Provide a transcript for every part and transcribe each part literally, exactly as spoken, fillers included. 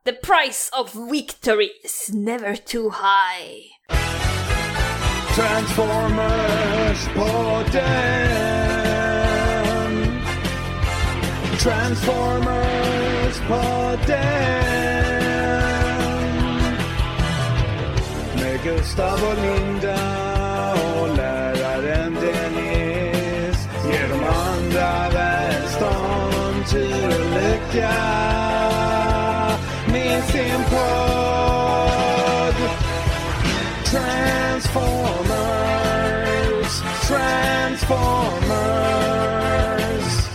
The price of victory is never too high. Transformers-podden. Transformers-podden. Med Gustav och Linda och läraren Dennis. Ger de andra välstånd till lycka med sin podd. Transformers, Transformers,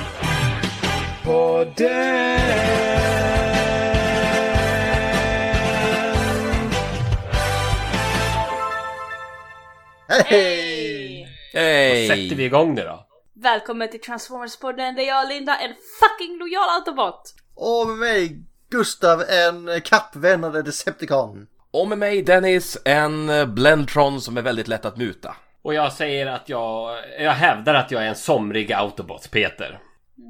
podden. Hej! Hej! Då sätter vi igång nu då. Välkommen till Transformers-podden där jag, Linda, en fucking lojal autobot. Och med mig, Gustav, en kappvännande Decepticon. Och med mig, Dennis, en Blendtron som är väldigt lätt att muta. Och jag säger att jag, jag hävdar att jag är en somrig autobot, Peter.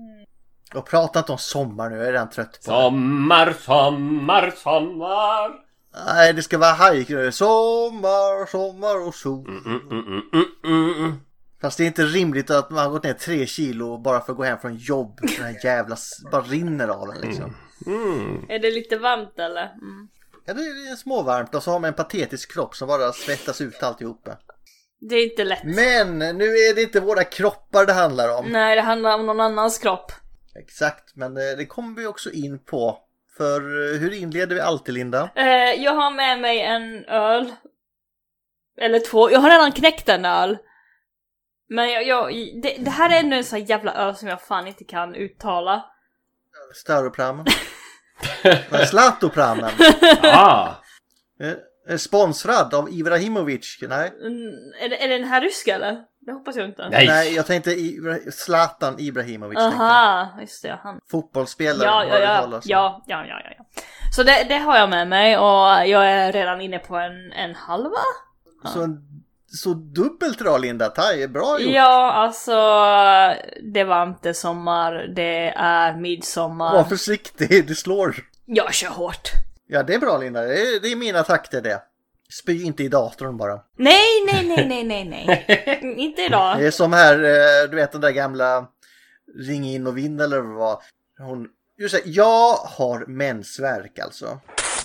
Och prata inte om sommar nu, jag är redan trött på Sommar, sommar, sommar. det. Nej, det ska vara hajk nu. Sommar, sommar och sol. Mm, mm, mm, mm, mm, mm. Fast det är inte rimligt att man har gått ner tre kilo bara för att gå hem från jobb. Den här jävla s- bara rinner av en liksom. Mm. Är det lite varmt eller? Mm. Ja, det är småvarmt och så har man en patetisk kropp som bara svettas ut alltihopa. Det är inte lätt. Men nu är det inte våra kroppar det handlar om. Nej, det handlar om någon annans kropp. Exakt, men det, det kommer vi också in på. För eh, hur inleder vi alltid, Linda? Eh, jag har med mig en öl. Eller två. Jag har redan knäckt en öl. Men jag, jag, det, det här är ännu en sån här jävla öl som jag fan inte kan uttala. Staropramen. Nej, Zlatopramen. Ah. Eh, eh, Sponsrad av Ibrahimovic. Nej. Mm, är, det, är det den här ryska eller? Det hoppas jag inte. Nej. Nej, jag tänkte Ibra- Zlatan Ibrahimovic. tänkte jag. Aha, just det. Han. Fotbollsspelare. Ja, har ja, det ja, talats om. ja, ja, ja, ja, ja. Så det, det har jag med mig och jag är redan inne på en, en halva. Så, en, så dubbelt bra, Linda. Taj, bra gjort. Ja, alltså det var inte sommar, det är midsommar. Var försiktig, du slår. Jag kör hårt. Ja, det är bra, Linda. Det är, det är mina takter det. Spy inte i datorn bara. Nej, nej, nej, nej, nej, nej. Inte idag. Det är som här, eh, du vet den där gamla ring in och vinn eller vad det var. Hon, just det, jag har mensvärk alltså.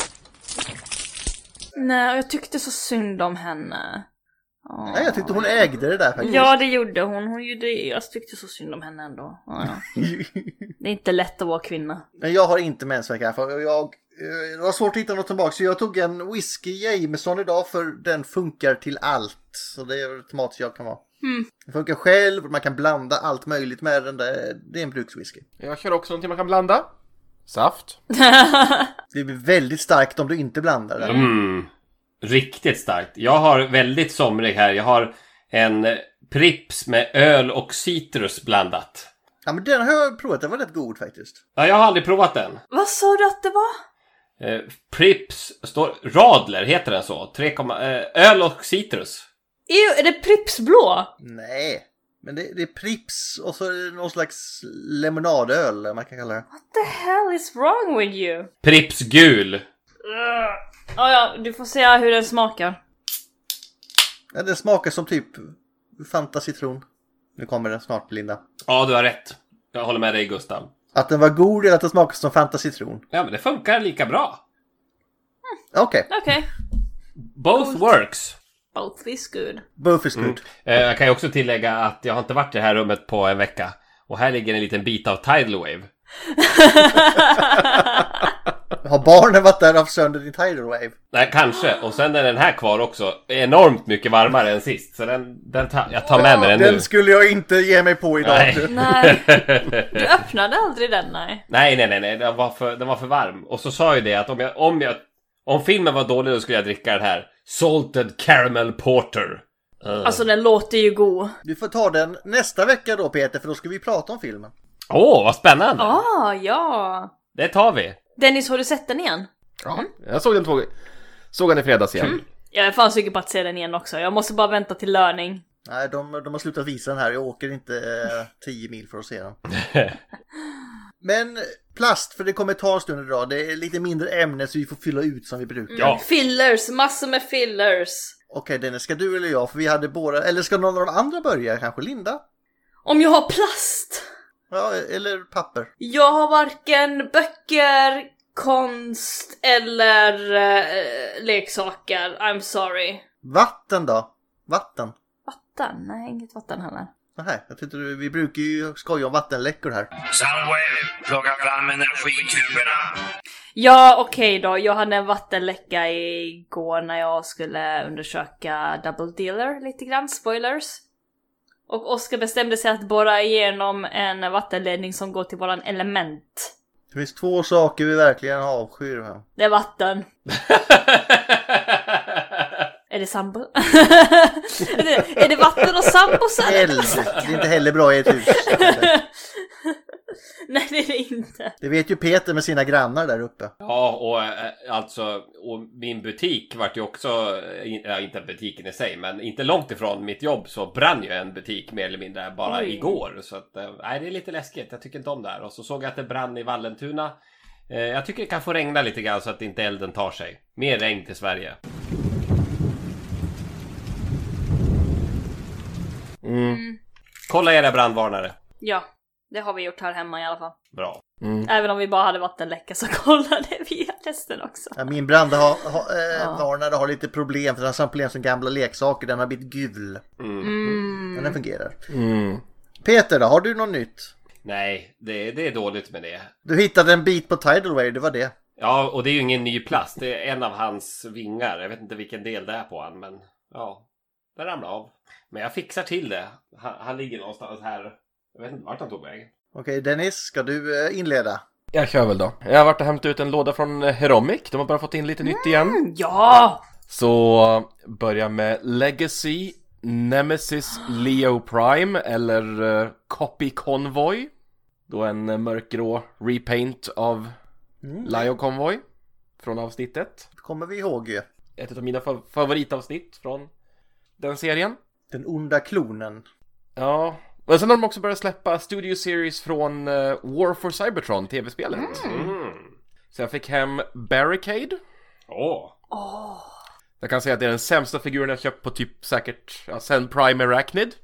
Nej, jag tyckte så synd om henne. Åh. Nej, jag tyckte hon ägde det där faktiskt. Ja, det gjorde hon. Hon gjorde, jag tyckte så synd om henne ändå. Ja, ja. Det är inte lätt att vara kvinna. Men jag har inte mensvärk här för jag, eh, det var svårt att hitta något tillbaka. Så jag tog en whisky Jameson idag för den funkar till allt. Så det är automatiskt jag kan vara. Mm. Den funkar själv, man kan blanda allt möjligt med den där. Det är en brukswhisky. Jag kör också någonting man kan blanda. Saft. Det blir väldigt starkt om du inte blandar den. Mm. Riktigt starkt. Jag har väldigt somrig här. Jag har en Prips med öl och citrus blandat. Ja, men den har jag provat, den var rätt god faktiskt. Ja, jag har aldrig provat den. Vad sa du att det var? Eh, Prips står Radler, heter den så? tre, eh, öl och citrus. Ew, är det Prips blå? Nej, men det, det är Prips och så är det någon slags lemonadöl man kan kalla det. What the hell is wrong with you? Prips gul. Ja, ja, du får se hur den smakar. Ja, det smakar som typ Fanta citron. Nu kommer den snart, Linda. Ja, du har rätt. Jag håller med dig, Gustav. Att den var god eller att den smakar som Fanta citron? Ja, men det funkar lika bra. Okej, okay. Okej. Okay. Both Coolt. works. Both is good. both is good. Mm. Eh, jag kan ju också tillägga att jag har inte varit i det här rummet på en vecka. Och här ligger en liten bit av Tidal Wave. Har barnen varit där och haft sönder din tidal wave? Nej, kanske. Och sen är den här kvar också. Enormt mycket varmare än sist. Så den, den ta, jag tar med mig den Den nu. skulle jag inte ge mig på idag. Nej. Nej. Du öppnade aldrig den, nej. nej, nej, nej, nej. Den var för, den var för varm. Och så sa ju det att om jag, om jag, om filmen var dålig då skulle jag dricka den här. Salted Caramel Porter. Uh. Alltså den låter ju god. Du får ta den nästa vecka då, Peter, för då ska vi prata om filmen. Åh, oh, vad spännande. Ah, ja. Det tar vi. Dennis, har du sett den igen? Ja, jag såg den två Såg den i fredags igen. Mm. Jag är fan sugen på att se den igen också. Jag måste bara vänta till löning. Nej, de, de har slutat visa den här. Jag åker inte eh, tio mil för att se den. Men plast, för det kommer ta en stund idag. Det är lite mindre ämne så vi får fylla ut som vi brukar. Ja. Fillers, massor med fillers. Okej, Dennis, ska du eller jag? För vi hade båda, eller ska någon av de andra börja? Kanske Linda? Om jag har plast. Ja, eller papper. Jag har varken böcker, konst eller eh, leksaker. I'm sorry. Vatten då? Vatten? Vatten? Nej, inget vatten heller. Nej, jag tyckte du, vi brukar ju skoja om vattenläckor här. Soundwave, plocka fram energikuberna. Ja, okej då. Jag hade en vattenläcka igår när jag skulle undersöka Double Dealer lite grann. Spoilers. Och Oskar bestämde sig att borra igenom en vattenledning som går till våran element. Det finns två saker vi verkligen avskyr här. Det är vatten. Är det sambo? är, det, är det vatten och sambo sen? Helvete, det är inte heller bra i ett hus. Nej, det är det inte. Det vet ju Peter med sina grannar där uppe. Ja, och äh, alltså, och min butik vart ju också, ja, inte butiken i sig, men inte långt ifrån mitt jobb så brann ju en butik mer eller mindre bara Oj. igår. Så att, äh, nej, det är lite läskigt, jag tycker inte om det här. Och så såg jag att det brann i Vallentuna. Eh, jag tycker det kan få regna lite grann så att inte elden tar sig. Mer regn till Sverige. Mm. Kolla era brandvarnare. Ja, det har vi gjort här hemma i alla fall. Bra. Mm. Även om vi bara hade vattenläcka så kollade vi resten också. Ja, min brand har, har, eh, Ja. varnare har lite problem, för den har samma problem som gamla leksaker. Den har blivit gul. Mm. Mm. Men den fungerar. Mm. Peter då, har du något nytt? Nej, det, det är dåligt med det. Du hittade en bit på Tidal Wave, det var det. Ja, och det är ju ingen ny plast. Det är en av hans vingar. Jag vet inte vilken del det är på han, men ja, den ramlade av. Men jag fixar till det. Han, han ligger någonstans här. Jag vet inte vart han tog vägen. Okej, Dennis, ska du eh, inleda? Jag kör väl då. Jag har varit och hämtat ut en låda från eh, Heromic. De har bara fått in lite nytt igen. Ja! Så börja med Legacy, Nemesis Leo Prime eller uh, Copy Convoy. Då en uh, mörkgrå repaint av Mm. Leo Convoy från avsnittet. Kommer vi ihåg ju. Ett av mina fa- favoritavsnitt från den serien. Den onda klonen. Ja, men sen har de också börjat släppa Studio Series från uh, War for Cybertron, tv-spelet. Mm. Så jag fick hem Barricade. Åh. Åh. Jag kan säga att det är den sämsta figuren jag köpt på typ säkert, ja, sen Prime Arachnid.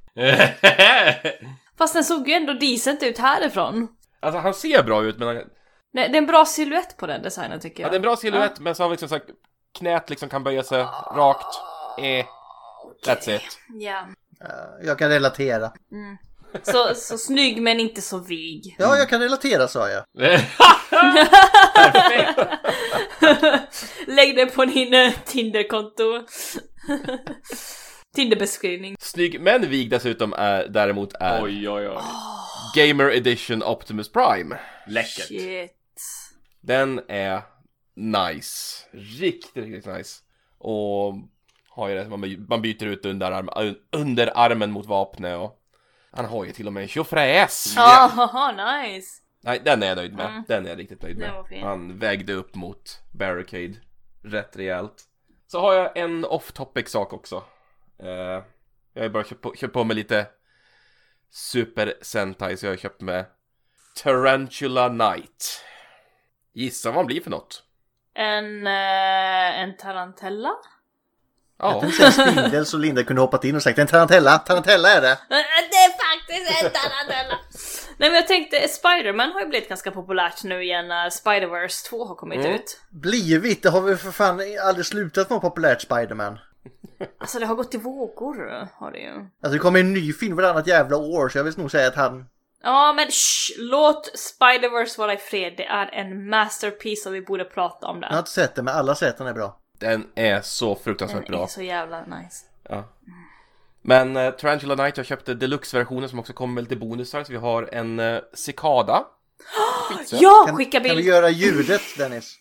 Fast den såg ju ändå decent ut härifrån. Alltså han ser bra ut, men han, Nej, det är en bra silhuett på den designen tycker ja, jag. det är en bra silhuett, men så har vi liksom så här, knät liksom kan böja sig rakt. Eh, that's it. Ja. Uh, jag kan relatera. Så, så snygg men inte så vig. Ja, jag kan relatera, sa jag. Perfekt. Lägg det på din uh, Tinder-konto. Tinder-beskrivning. Snygg, men vig dessutom är, däremot är Oj, oj, oj. Gamer Edition Optimus Prime. Läckert. Shit. Den är nice. Riktigt, riktigt nice. Och har ju det, man, by- man byter ut underarm, un- underarmen mot vapnet och han har ju till och med en tjofräs. Ja, nice. Nej, den är jag nöjd med. Mm. Den är jag riktigt nöjd Den var med. fin. Han vägde upp mot Barricade rätt rejält. Så har jag en off-topic sak också. Uh, jag har ju bara köpt på, köpt på mig lite Super Sentai, så jag har köpt med Tarantula Knight. Gissa vad han blir för något. En, uh, en tarantella? Ja, Sen spindel så Linda kunde hoppat in och sagt en tarantella. Tarantella är det. Det är faktiskt en tarantella. Nej, men jag tänkte, Spider-Man har ju blivit ganska populärt nu igen när Spider-Verse två har kommit Mm. ut. Blivit, det har vi för fan aldrig slutat vara populärt, Spider-Man. Alltså det har gått i vågor, har det ju. Alltså det kommer en ny film varannat jävla år, så jag vill nog säga att han... Ja, men shh, låt Spider-Verse vara i fred. Det är en masterpiece och vi borde prata om Jag har det. inte sett det, men alla sätt den är bra. den är så fruktansvärt Den är bra. så jävla nice. Ja. Men uh, Tarantula Knight, jag köpte deluxe-versionen som också kommer med lite bonusar. Så vi har en uh, cicada. Skitsöt. Ja, Kan, skicka kan vi bild! göra ljudet, Dennis?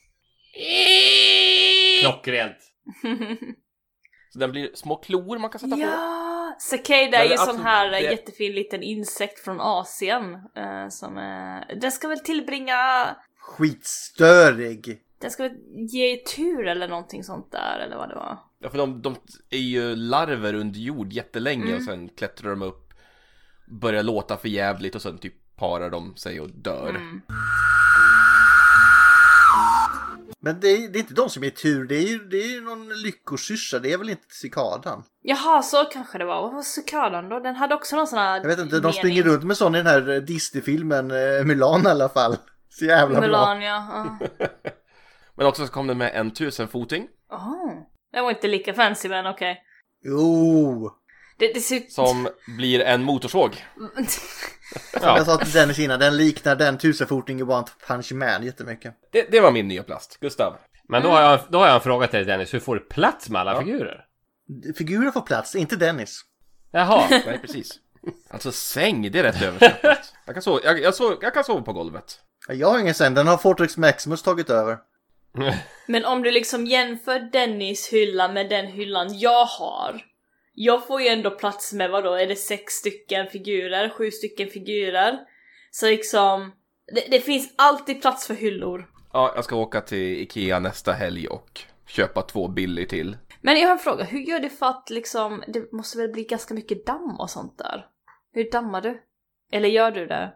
Klockrent. Så den blir små klor man kan sätta på. Ja, cicada är Men ju alltså, sån här det- jättefin liten insekt från Asien. eh, som är... Den ska väl tillbringa... Skitstörig. Den ska väl ge tur eller någonting sånt där, eller vad det var. Ja, för de, de är ju larver under jord jättelänge Mm. och sen klättrar de upp, börjar låta för jävligt och sen typ parar de sig och dör. Mm. Men det är, det är inte de som är tur, det är ju, det är ju någon lyckosyrsa, det är väl inte cikadan? Jaha, så kanske det var. Vad var cykadan då? Den hade också någon sån här Jag vet inte, de mening. springer runt med sån i den här Disney-filmen eh, Mulan i alla fall. Så jävla Mulan, bra. ja. ja. Men också så kom det med en tusenfoting. Oh. Det var inte lika fancy, men okej. Okay. Jo! Det, det ser... Som blir en motorsåg. Som jag sa till Dennis innan, den liknar den tusenfoting i One Punch Man jättemycket. Det, det var min nya plast. Gustav. Men då har, jag, då har jag en fråga till dig, Dennis. Hur får du plats med alla Ja. figurer? Figurer får plats, inte Dennis. Jaha. Nej, precis. Alltså säng, det är rätt översatt. Jag kan sova, jag, jag, sov, jag kan sova på golvet. Jag har ingen säng, den har Fortress Maximus tagit över. Men om du liksom jämför Dennis hylla med den hyllan jag har. Jag får ju ändå plats med, vadå, är det sex stycken figurer, sju stycken figurer. Så liksom, det, det finns alltid plats för hyllor. Ja, jag ska åka till Ikea nästa helg och köpa två bilder till. Men jag har en fråga, hur gör du för att liksom, det måste väl bli ganska mycket damm och sånt där? Hur dammar du? Eller gör du det?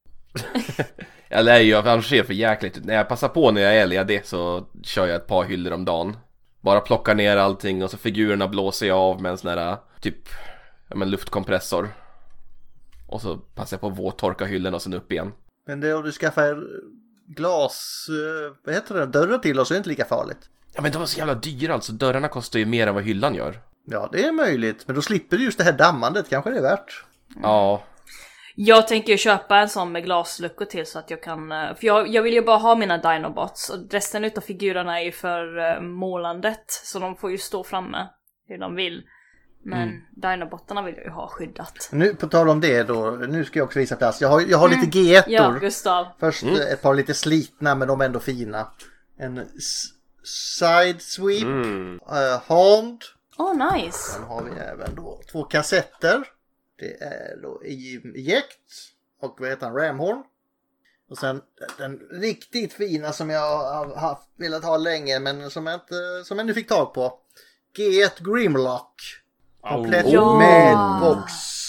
Jag lär ju, annars ser för jäkligt. När jag passar på när jag är ledig så kör jag ett par hyllor om dagen. Bara plockar ner allting och så figurerna blåser jag av med en sån här typ ja, men luftkompressor. Och så passar jag på att våttorka hyllorna och sen upp igen. Men det, om du skaffar glas, vad heter det, dörrar till oss så är det inte lika farligt. Ja men de är så jävla dyra alltså, dörrarna kostar ju mer än vad hyllan gör. Ja, det är möjligt, men då slipper du just det här dammandet, kanske det är värt. Ja. Jag tänker ju köpa en sån med glasluckor till så att jag kan... För jag, jag vill ju bara ha mina Dinobots. Och resten utav figurerna är ju för uh, målandet. Så de får ju stå framme hur de vill. Men mm. Dinobottarna vill jag ju ha skyddat. Nu på tal om det då, nu ska jag också visa plats. Jag har, jag har mm. lite G ettor. Ja, Gustav. Först mm. ett par lite slitna men de är ändå fina. En s- side sweep. Mm. Uh, hand. Oh, nice. Sen har vi även då två kassetter. Det är då eject och vad heter han, Ramhorn. Och sen den riktigt fina som jag har haft, velat ha länge men som jag, inte, som jag nu fick tag på. G ett Grimlock. Komplett oh. med box.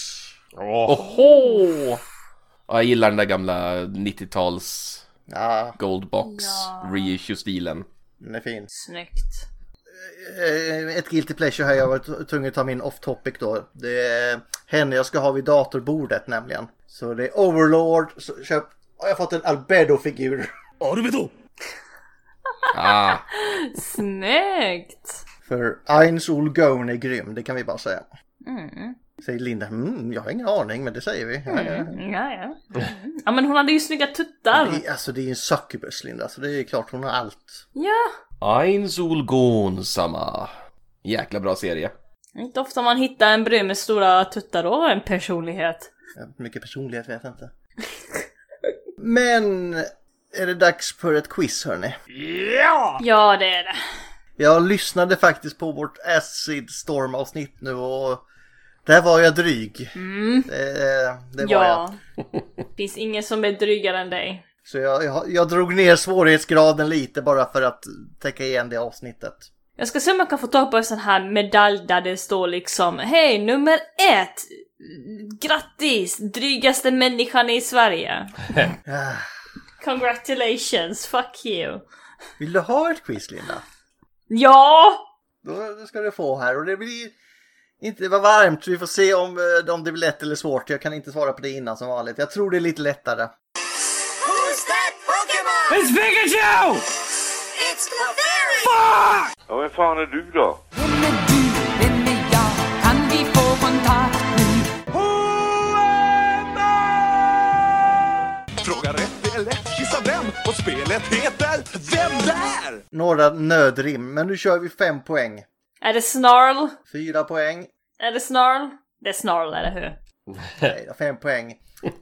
Oho! Ja, jag gillar den där gamla nittio-tals ja. Goldbox ja. reissue-stilen. Den är fin. Snyggt. Ett guilty pleasure här, jag var tvungen att ta min off-topic då. Det är henne jag ska ha vid datorbordet nämligen. Så det är Overlord, så köp, har jag fått en Albedo-figur. Albedo! Ah. Snyggt! För Eins Ulgone är grym, det kan vi bara säga. Mm. Säger Linda, mm, jag har ingen aning men det säger vi. Ja, ja. Mm, ja, ja. Mm. Ja men hon hade ju snygga tuttar. Det är, alltså det är en succubus Linda, så det är klart hon har allt. Ja. Eins Ulgone-sama. Jäkla bra serie. Inte ofta man hittar en brud med stora tuttar och en personlighet. Ja, mycket personlighet vet jag inte. Men är det dags för ett quiz hörni? Ja! Ja det är det. Jag lyssnade faktiskt på vårt Acid Storm avsnitt nu och där var jag dryg. Mm. Det, det var ja. jag. Finns ingen som är drygare än dig. Så jag, jag, jag drog ner svårighetsgraden lite bara för att täcka igen det avsnittet. Jag ska se om jag kan få tag på en sån här medalj där det står liksom: hej, nummer ett! Grattis! Drygaste människan i Sverige. Congratulations, fuck you. Vill du ha ett quiz Linda? Ja! Då, då ska du få här och det blir inte var varmt. Vi får se om, om det blir lätt eller svårt. Jag kan inte svara på det innan som vanligt. Jag tror det är lite lättare. Who's that Pokémon? It's Pikachu! It's Clefairy! Fuck! Ja, vem fan är du då? Vem är du? Vem är jag? Kan vi få kontakt nu? Fråga rätt eller lätt, gissa vem? Och spelet heter Vem där? Några nödrim, men nu kör vi fem poäng. Är det Snarl? Fyra poäng. Är det Snarl? Det är Snarl, eller hur? Nej, fem poäng.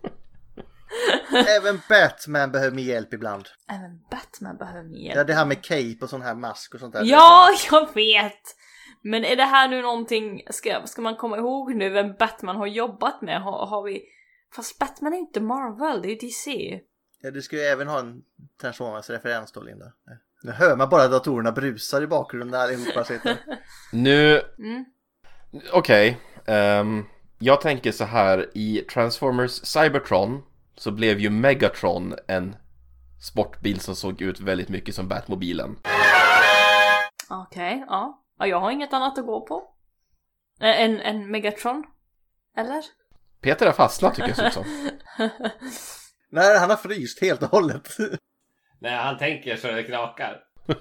Även Batman behöver min hjälp ibland. Även Batman behöver min hjälp. Ja, det här med cape och sån här mask och sånt där. Ja, jag vet! Men är det här nu någonting, ska, ska man komma ihåg nu vem Batman har jobbat med? Har, har vi... Fast Batman är inte Marvel, det är D C. Ja, du ska ju även ha en Transformers-referens då, Linda. Nu hör man bara datorerna brusar i bakgrunden där allihopa sitter. Nu... Mm. Okej. Okay. Um, jag tänker så här. I Transformers Cybertron så blev ju Megatron en sportbil som såg ut väldigt mycket som Batmobilen. Okej, okay, ja. ja. Jag har inget annat att gå på. En, en Megatron? Eller? Peter har fastnat tycker jag så som. Nej, han har fryst helt och hållet. Nej, han tänker så det knakar.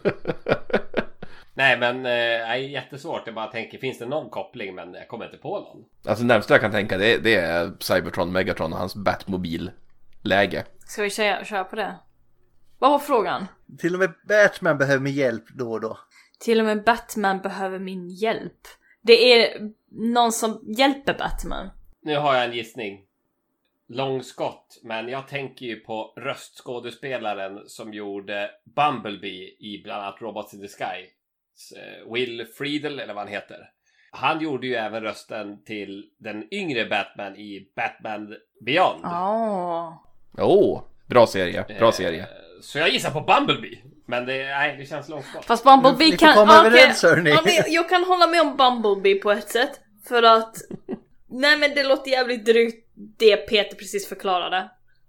Nej, men eh, är jättesvårt. Jag bara tänker, finns det någon koppling? Men jag kommer inte på någon. Alltså närmsta jag kan tänka det, det är Cybertron, Megatron och hans Batmobil-läge. Ska vi köra, köra på det? Vad var frågan? Till och med Batman behöver min hjälp då och då. Till och med Batman behöver min hjälp. Det är någon som hjälper Batman. Nu har jag en gissning. Långskott, men jag tänker ju på röstskådespelaren som gjorde Bumblebee i bland annat Robots in the Sky. Will Friedle, eller vad han heter. Han gjorde ju även rösten till den yngre Batman i Batman Beyond. Åh. Oh. oh, bra serie, bra eh, serie. Så jag gissar på Bumblebee. Men det, nej, det känns långskott. Fast Bumblebee ni kan... komma okay. överens, hörni. Ja, men jag, jag kan hålla med om Bumblebee på ett sätt. För att... nej, men det låter jävligt drygt det Peter precis förklarade.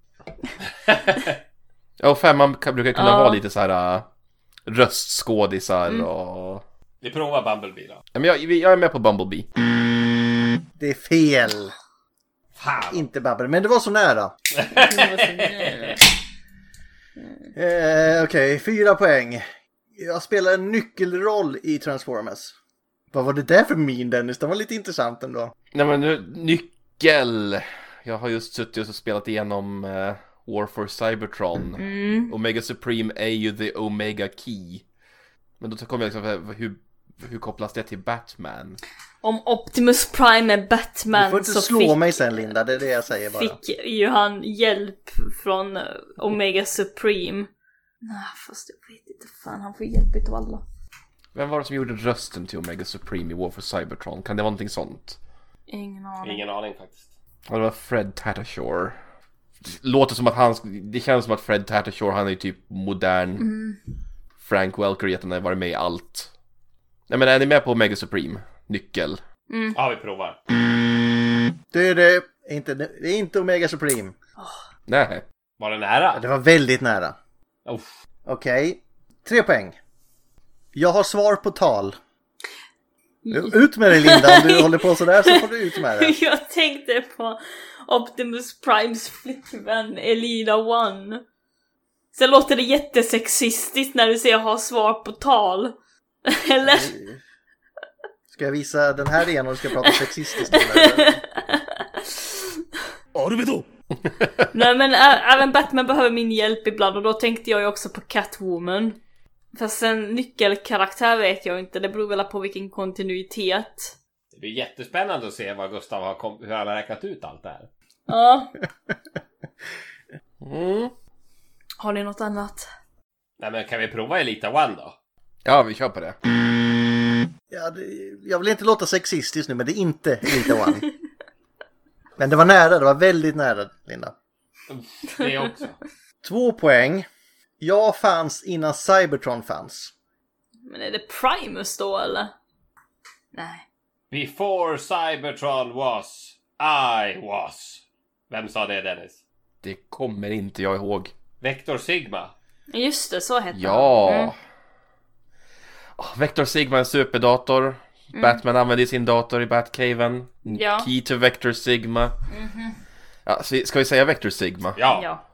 Ja, och femman brukar kunna ja. ha lite så här uh, röstskådisar mm. och... Vi provar Bumblebee då. Ja, men jag, jag är med på Bumblebee. Det är fel. Fan. Inte Bumblebee, men det var så nära. eh, Okej, okay, fyra poäng. Jag spelar en nyckelroll i Transformers. Vad var det där för min, Dennis? Det var lite intressant ändå. Nej, men nu, nyckel. Jag har just suttit och spelat igenom uh, War for Cybertron. Mm. Omega Supreme är ju the Omega Key. Men då kommer jag liksom, hur, hur kopplas det till Batman? Om Optimus Prime är Batman, du får inte så slå fick, mig sen, Linda, det är det jag säger bara. Fick ju han hjälp från Omega Supreme. Nej, fast jag vet inte, fan, han får hjälp av alla. Vem var det som gjorde rösten till Omega Supreme i War for Cybertron? Kan det vara någonting sånt? Ingen aning. Ingen aning faktiskt. Ja, det var Fred Tatasciore. Låter som att han... Det känns som att Fred Tatasciore, han är ju typ modern mm. Frank Welker, att han har varit med i allt. Nej, men är ni med på Omega Supreme? Nyckel. Mm. Ja, vi provar. Det är det. Inte, det är inte Omega Supreme. Oh. Nej. Var det nära? Det var väldigt nära. Oh. Okej. Okay. Tre poäng. Jag har svar på tal. Ut med dig, Linda, om du håller på sådär så får du ut med det. Jag tänkte på Optimus Primes flickvän Elina One. Sen låter det jättesexistiskt när du säger ha svar på tal. Eller? Ska jag visa den här igen och du ska prata sexistiskt? Arvido! Nej, men ä- även Batman behöver min hjälp ibland. Och då tänkte jag ju också på Catwoman. Fast en nyckelkaraktär vet jag inte. Det beror väl på vilken kontinuitet. Det blir jättespännande att se vad Gustav har kom- hur han har räknat ut allt det här. Ja. Mm. Har ni något annat? Nej, men kan vi prova Elita One då? Ja, vi kör på det. Ja, det, jag vill inte låta sexistisk nu, men det är inte Elita One. Men det var nära, det var väldigt nära, Linda. Det också. Två poäng. Jag fanns innan Cybertron fanns. Men är det Primus då, eller? Nej. Before Cybertron was, I was. Vem sa det, Dennis? Det kommer inte jag ihåg. Vector Sigma. Just det, så heter Ja. han. Mm. Oh, Vector Sigma är en superdator. Mm. Batman använder sin dator i Batcaven. Ja. Key to Vector Sigma. Mm-hmm. Ja, så ska vi säga Vector Sigma? Ja. Ja.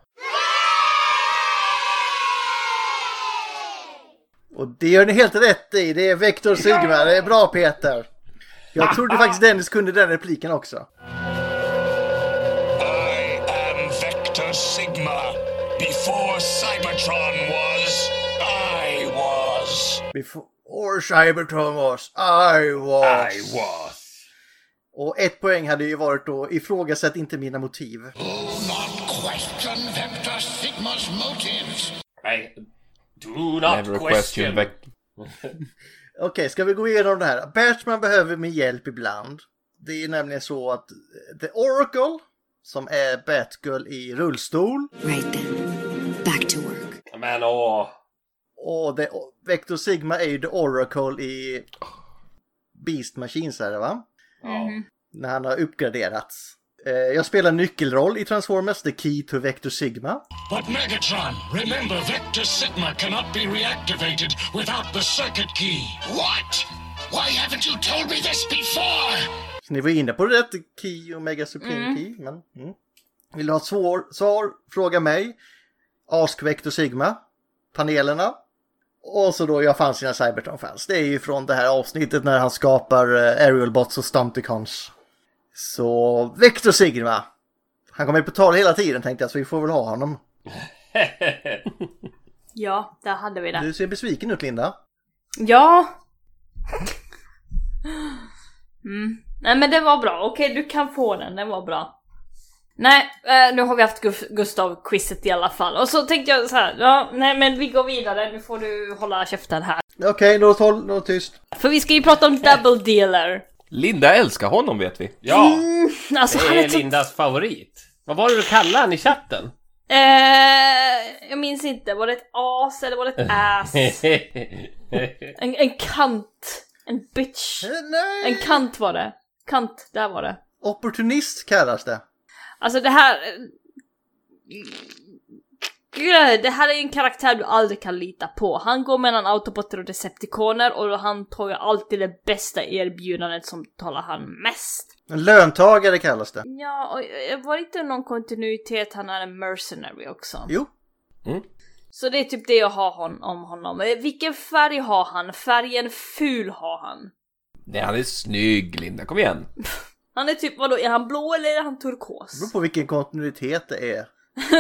Och det gör ni helt rätt i. Det är Vector Sigma. Det är bra, Peter. Jag trodde faktiskt Dennis kunde den repliken också. I am Vector Sigma. Before Cybertron was, I was. Before Cybertron was, I was. I was. Och ett poäng hade ju varit då, ifrågasätt inte mina motiv. Do not question Vector Sigma's motives. Nej. Do not Never question. question Okej, okay, ska vi gå igenom det här? Batman behöver min hjälp ibland. Det är nämligen så att The Oracle, som är Batgirl i rullstol. Right then. Back to work. Men åh. Och the, Vector Sigma är ju The Oracle i Beast Machines, är det va? Ja. När han har uppgraderats. Eh, jag spelar nyckelroll i Transformers The Key to Vector Sigma. But Megatron, remember Vector Sigma cannot be reactivated without the circuit key. What? Why haven't you told me this before? Så ni var inne på rätt Key och Mega Supreme mm. Key. Men, mm. Vill du ha ett svar, svar? Fråga mig. Ask Vector Sigma. Panelerna. Och så då jag fanns sina Cybertron-fans. Det är ju från det här avsnittet när han skapar uh, Aerial Bots och Stunticons. Så Vector Sigma. Han kommer på tal hela tiden tänkte jag, så vi får väl ha honom. Ja, där hade vi det. Du ser besviken ut, Linda. Ja. Mm. Nej men det var bra. Okej, du kan få den. Den var bra. Nej, eh, nu har vi haft Gustav-quizet i alla fall. Och så tänkte jag så här, ja, nej men vi går vidare. Nu får du hålla käften här. Okej, okay, då håll då tyst. För vi ska ju prata om Double Dealer. Linda älskar honom, vet vi. Ja, mm, alltså, det är, är Lindas så... favorit. Vad var det du kallade han i chatten? Eh, jag minns inte, var det ett as eller var det ett ass? en, en kant. En bitch. Nej. En kant var det. Kant, där var det. Opportunist kallas det. Alltså det här... Det här är en karaktär du aldrig kan lita på. Han går mellan Autobotter och Decepticoner och han tar ju alltid det bästa erbjudandet som talar han mest. En löntagare kallas det. Ja, och var det inte någon kontinuitet, han är en mercenary också. Jo. Mm. Så det är typ det jag har hon, om honom. Vilken färg har han? Färgen ful har han. Nej, han är snygg, Linda. Kom igen. Han är typ, vadå, är han blå eller är han turkos? Det beror på vilken kontinuitet det är.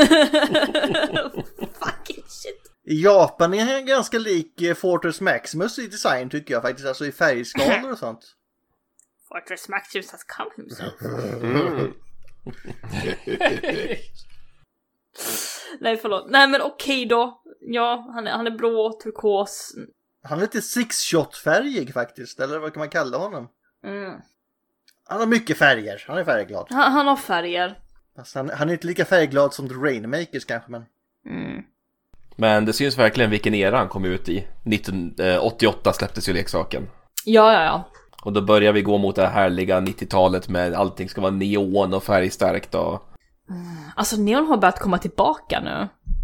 Fucking shit. I Japan är han ganska lik Fortress Maximus i design tycker jag faktiskt. Alltså i färgskalor och sånt. Fortress Maximus has come himself. Mm. Nej, förlåt. Nej, men okej då. Ja, han är, han är blå, turkos. Han är lite six-shot-färgig faktiskt. Eller vad kan man kalla honom? Mm. Han har mycket färger. Han är färgglad. Han, han har färger. Alltså, han, han är inte lika färgglad som The Rainmakers kanske, men... Mm. Men det syns verkligen vilken era han kom ut i. nittonhundraåttioåtta släpptes ju leksaken. Ja, ja, ja. Och då börjar vi gå mot det härliga nittiotalet med allting ska vara neon och färgstarkt och... Mm. Alltså neon har börjat komma tillbaka nu.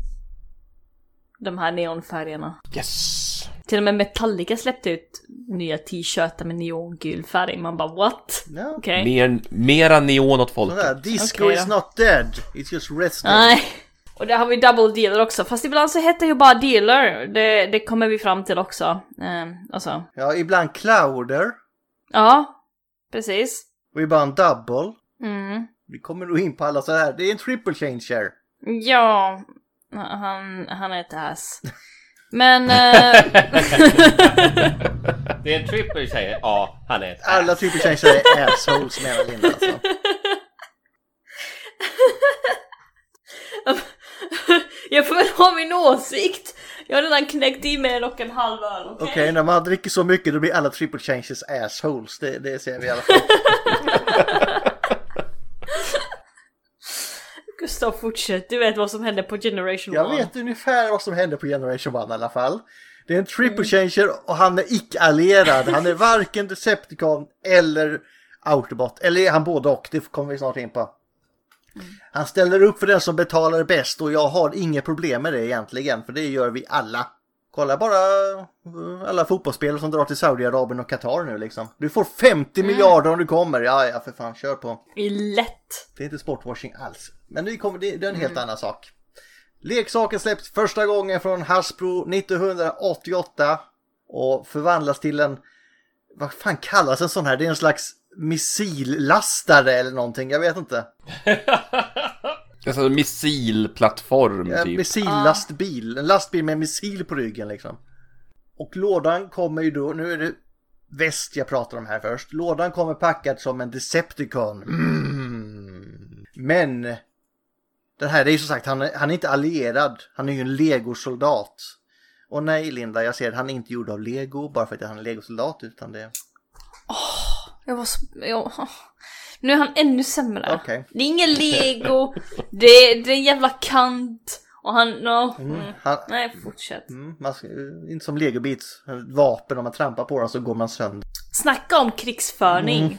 De här neonfärgerna. Yes! Till och med Metallica släppte ut nya t-shirtar med neongul färg. Man bara, what? Ja. Okay. Mer, mera neon åt folket. Sådär, disco okay, is då. not dead. It's just resting. Nej. Och där har vi Double Dealer också. Fast ibland så heter ju bara Dealer. Det, det kommer vi fram till också. Eh, alltså. Ja, ibland Clouder. Ja, precis. Och ibland Double. Mm. Vi kommer nog in på alla så här. Det är en triple changer. Ja, han, han är ett ass. Men... Eh... det är en triple tjejer. Ja, han är ett ass. Alla triple changer är assholes menar Linda alltså. Jag får väl ha min åsikt. Jag har redan knäckt i mig en och en halv öl, okej? Okej, okay, när man dricker så mycket då blir alla triple changes assholes. Det, det ser vi i alla fall. Gustav, fortsätt. Du vet vad som hände på Generation Jag one. Jag vet ungefär vad som hände på Generation one i alla fall. Det är en triple changer och han är icke-allierad. Han är varken Decepticon eller Autobot. Eller är han både och? Det kommer vi snart in på. Mm. Han ställer upp för den som betalar bäst och jag har inga problem med det egentligen. För det gör vi alla. Kolla bara alla fotbollsspelare som drar till Saudiarabien och Qatar nu liksom. Du får femtio mm. miljarder om du kommer. Ja, ja, för fan, kör på. Det är lätt. Det är inte sportwashing alls. Men det, kommer, det är en helt mm. annan sak. Leksaken släpps första gången från Hasbro nittonhundraåttioåtta. Och förvandlas till en... Vad fan kallas en sån här? Det är en slags missillastare eller någonting. Jag vet inte. Alltså en missilplattform ja, typ. Missillastbil. En lastbil med missil på ryggen liksom. Och lådan kommer ju då... Nu är det väst jag pratar om här först. Lådan kommer packad som en Decepticon. Mm. Men... Den här, det är ju som sagt, han är, han är inte allierad. Han är ju en Lego-soldat. Och nej, Linda, jag ser att han är inte gjord av Lego bara för att han är en Lego-soldat, utan det... Oh, jag var så... Jag... Nu är han ännu sämre. Okay. Det är ingen Lego. det, det är en jävla kant. Och han... No, mm, mm. han nej, fortsätt. Mm, man ska, inte som Lego-bits. Vapen, om man trampar på dem så går man sönder. Snacka om krigsförning. Mm-hmm.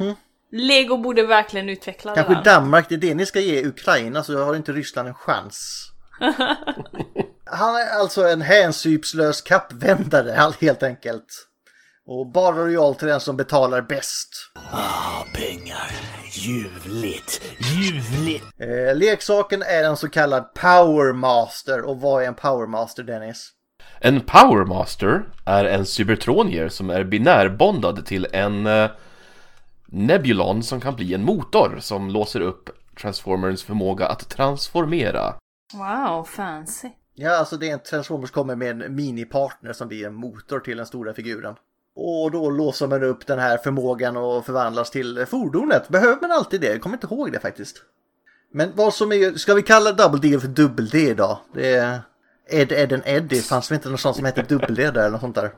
Lego borde verkligen utveckla Kanske det där. Danmark, det är det ni ska ge Ukraina, så har inte Ryssland en chans. Han är alltså en hänsynslös kappvändare, helt enkelt. Och bara lojal till den som betalar bäst. Ah, pengar. Ljuvligt. Ljuvligt. Eh, leksaken är en så kallad Power Master. Och vad är en Power Master, Dennis? En Power Master är en cybertronier som är binärbondad till en eh, Nebulon som kan bli en motor som låser upp Transformers förmåga att transformera. Wow, fancy. Ja, alltså det är en Transformers kommer med en mini-partner som blir en motor till den stora figuren. Och då låser man upp den här förmågan och förvandlas till fordonet. Behöver man alltid det? Jag kommer inte ihåg det faktiskt. Men vad som är... Ska vi kalla Double D för Double D idag? Det är... Ed, Ed and Eddie. Fanns det inte någon sån som heter Double D där eller något sånt där?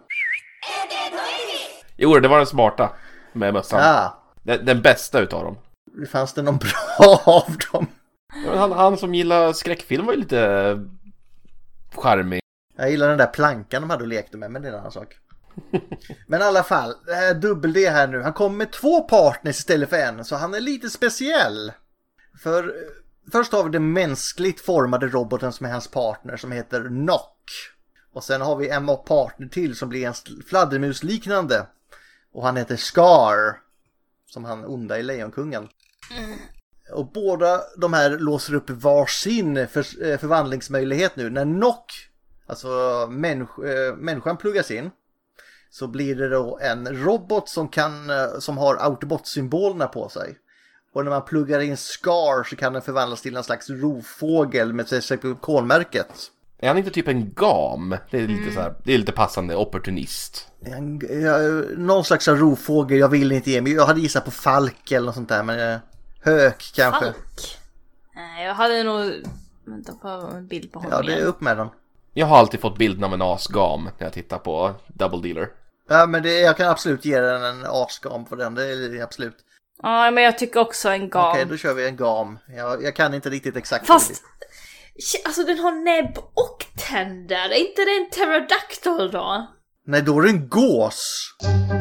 Jo, det var den smarta med mössan. Ja. Den, den bästa utav dem. Fanns det någon bra av dem? Han, han som gillar skräckfilm var ju lite charmig. Jag gillar den där plankan de hade och lekte med, men det är en annan sak. Men i alla fall, Double D här nu. Han kommer med två partners istället för en, så han är lite speciell. För först har vi den mänskligt formade roboten som är hans partner, som heter Nock. Och sen har vi en partner till som blir en fladdermus liknande. Och han heter Scar, som han onda i Lejonkungen. Mm. Och båda de här låser upp varsin för, förvandlingsmöjlighet nu. När Nock, alltså människ- äh, människan pluggas in, så blir det då en robot som, kan, som har Autobot-symbolerna på sig. Och när man pluggar in Scar så kan den förvandlas till en slags rovfågel med Decepticon-märket. Är han inte typ en gam? Det är lite, Mm. så här, det är lite passande, opportunist. En, ja, någon slags rovfågel, jag vill inte ge mig. Jag hade gissat på falk eller något sånt där, men eh, hök kanske. Falk? Nej, jag hade nog... Vänta på en bild på honom. Ja, det är upp med den. Jag har alltid fått bilden av en asgam när jag tittar på Double Dealer. Ja, men det, jag kan absolut ge den en asgam för den, det är absolut. Ja, men jag tycker också en gam. Okej, då kör vi en gam. Jag, jag kan inte riktigt exakt. Fast, alltså den har näbb och tänder. Är inte det en pterodactyl då? Nej, då är det en gås.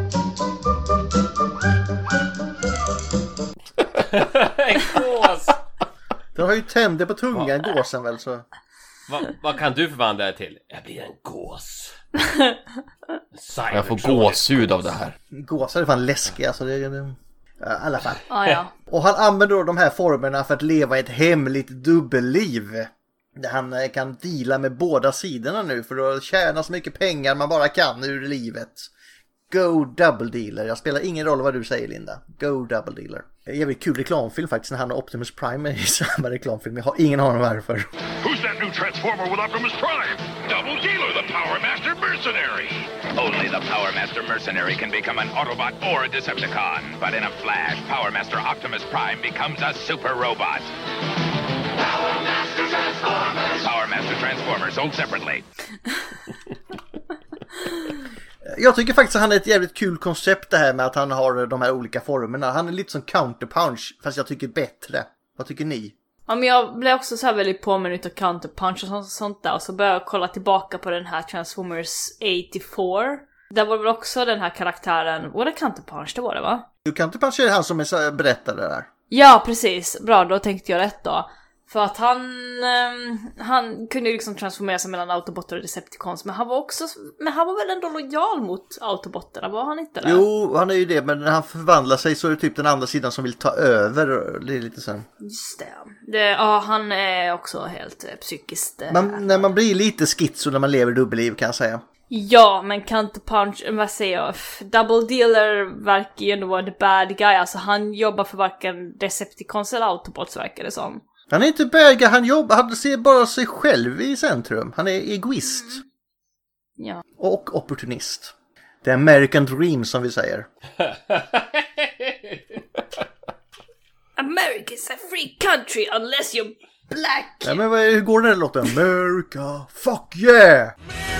En gås! Den har ju tänder på tungan, gåsen väl, så... Va, vad kan du förvandla dig till? Jag blir en gås. Jag får gåshud av det här. Gåsar är fan läskiga, så det är... Det... Ja, i alla fall. Ah, ja. Och han använder då de här formerna för att leva ett hemligt dubbelliv. Där han kan deala med båda sidorna nu för att tjäna så mycket pengar man bara kan ur livet. Go Double Dealer. Jag spelar ingen roll vad du säger, Linda. Go Double Dealer. Det är en jävligt kul reklamfilm faktiskt när han och Optimus Prime är i samma reklamfilm. Jag har ingen aning varför. Who's that new Transformer with Optimus Prime? Double Dealer, the Power Master Mercenary. Only the Power Master Mercenary can become an Autobot or a Decepticon. But in a flash, Power Master Optimus Prime becomes a super robot. Power Master Transformers. Power Master Transformers, sold separately. Jag tycker faktiskt att han är ett jävligt kul koncept det här med att han har de här olika formerna. Han är lite som Counterpunch, fast jag tycker bättre. Vad tycker ni? Ja, men jag blev också så här väldigt påmind av Counterpunch och sånt, sånt där. Och så började jag kolla tillbaka på den här Transformers åttiofyra. Där var väl också den här karaktären. Var det Counterpunch? Det var det, va? Counterpunch är han som är berättare där. Ja, precis. Bra, då tänkte jag rätt då. För att han, eh, han kunde ju liksom transformera sig mellan Autobotter och Decepticons. Men han var också, men han var väl ändå lojal mot Autobotterna, var han inte det? Jo, han är ju det, men när han förvandlar sig så är det typ den andra sidan som vill ta över. Det är lite så. Just det. det ja, han är också helt eh, psykiskt. Eh, man, när man blir lite schizo när man lever dubbelliv, kan jag säga. Ja, men Counterpunch, vad säger jag? Double Dealer verkar ju ändå vara the bad guy. Alltså han jobbar för varken Decepticons eller Autobots, verkar det som. Han är inte bad guy, han jobbar, han ser bara sig själv i centrum. Han är egoist. Mm. Ja. Och opportunist. Det är American Dream som vi säger. America is a free country unless you're black. Ja, men vad, hur går den här låten? America, fuck yeah!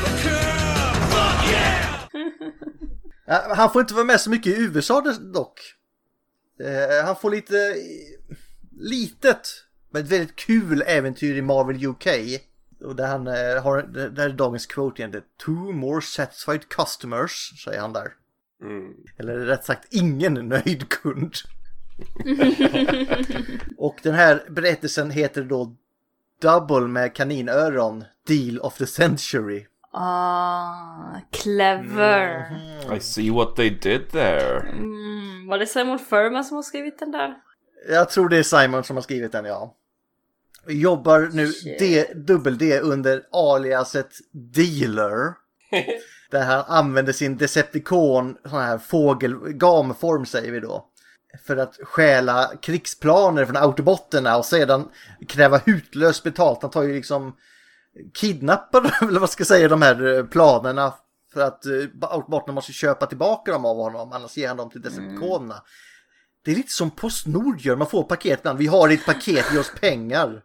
Ja, han får inte vara med så mycket i U S A dock. Eh, han får lite litet men ett väldigt kul äventyr i Marvel U K. Och där han eh, har, där är dagens quote igen. Two more satisfied customers, säger han där. Mm. Eller rätt sagt, ingen nöjd kund. Och den här berättelsen heter då Double med kaninöron, Deal of the Century. Ah, clever. Mm. I see what they did there. Mm, var det Simon Furman som har skrivit den där? Jag tror det är Simon som har skrivit den, ja. Jobbar nu D, dubbel D under aliaset Dealer. Där han använder sin Decepticon, sån här fågel, gamform säger vi då. För att stjäla krigsplaner från autobotterna och sedan kräva hutlöst betalt. Han tar ju liksom kidnappar, eller vad ska jag säga, de här planerna. För att autobotterna måste köpa tillbaka dem av honom, annars ger han dem till Decepticonerna. Mm. Det är lite som Postnord gör, man får paket ibland. Vi har ett paket, ge oss pengar.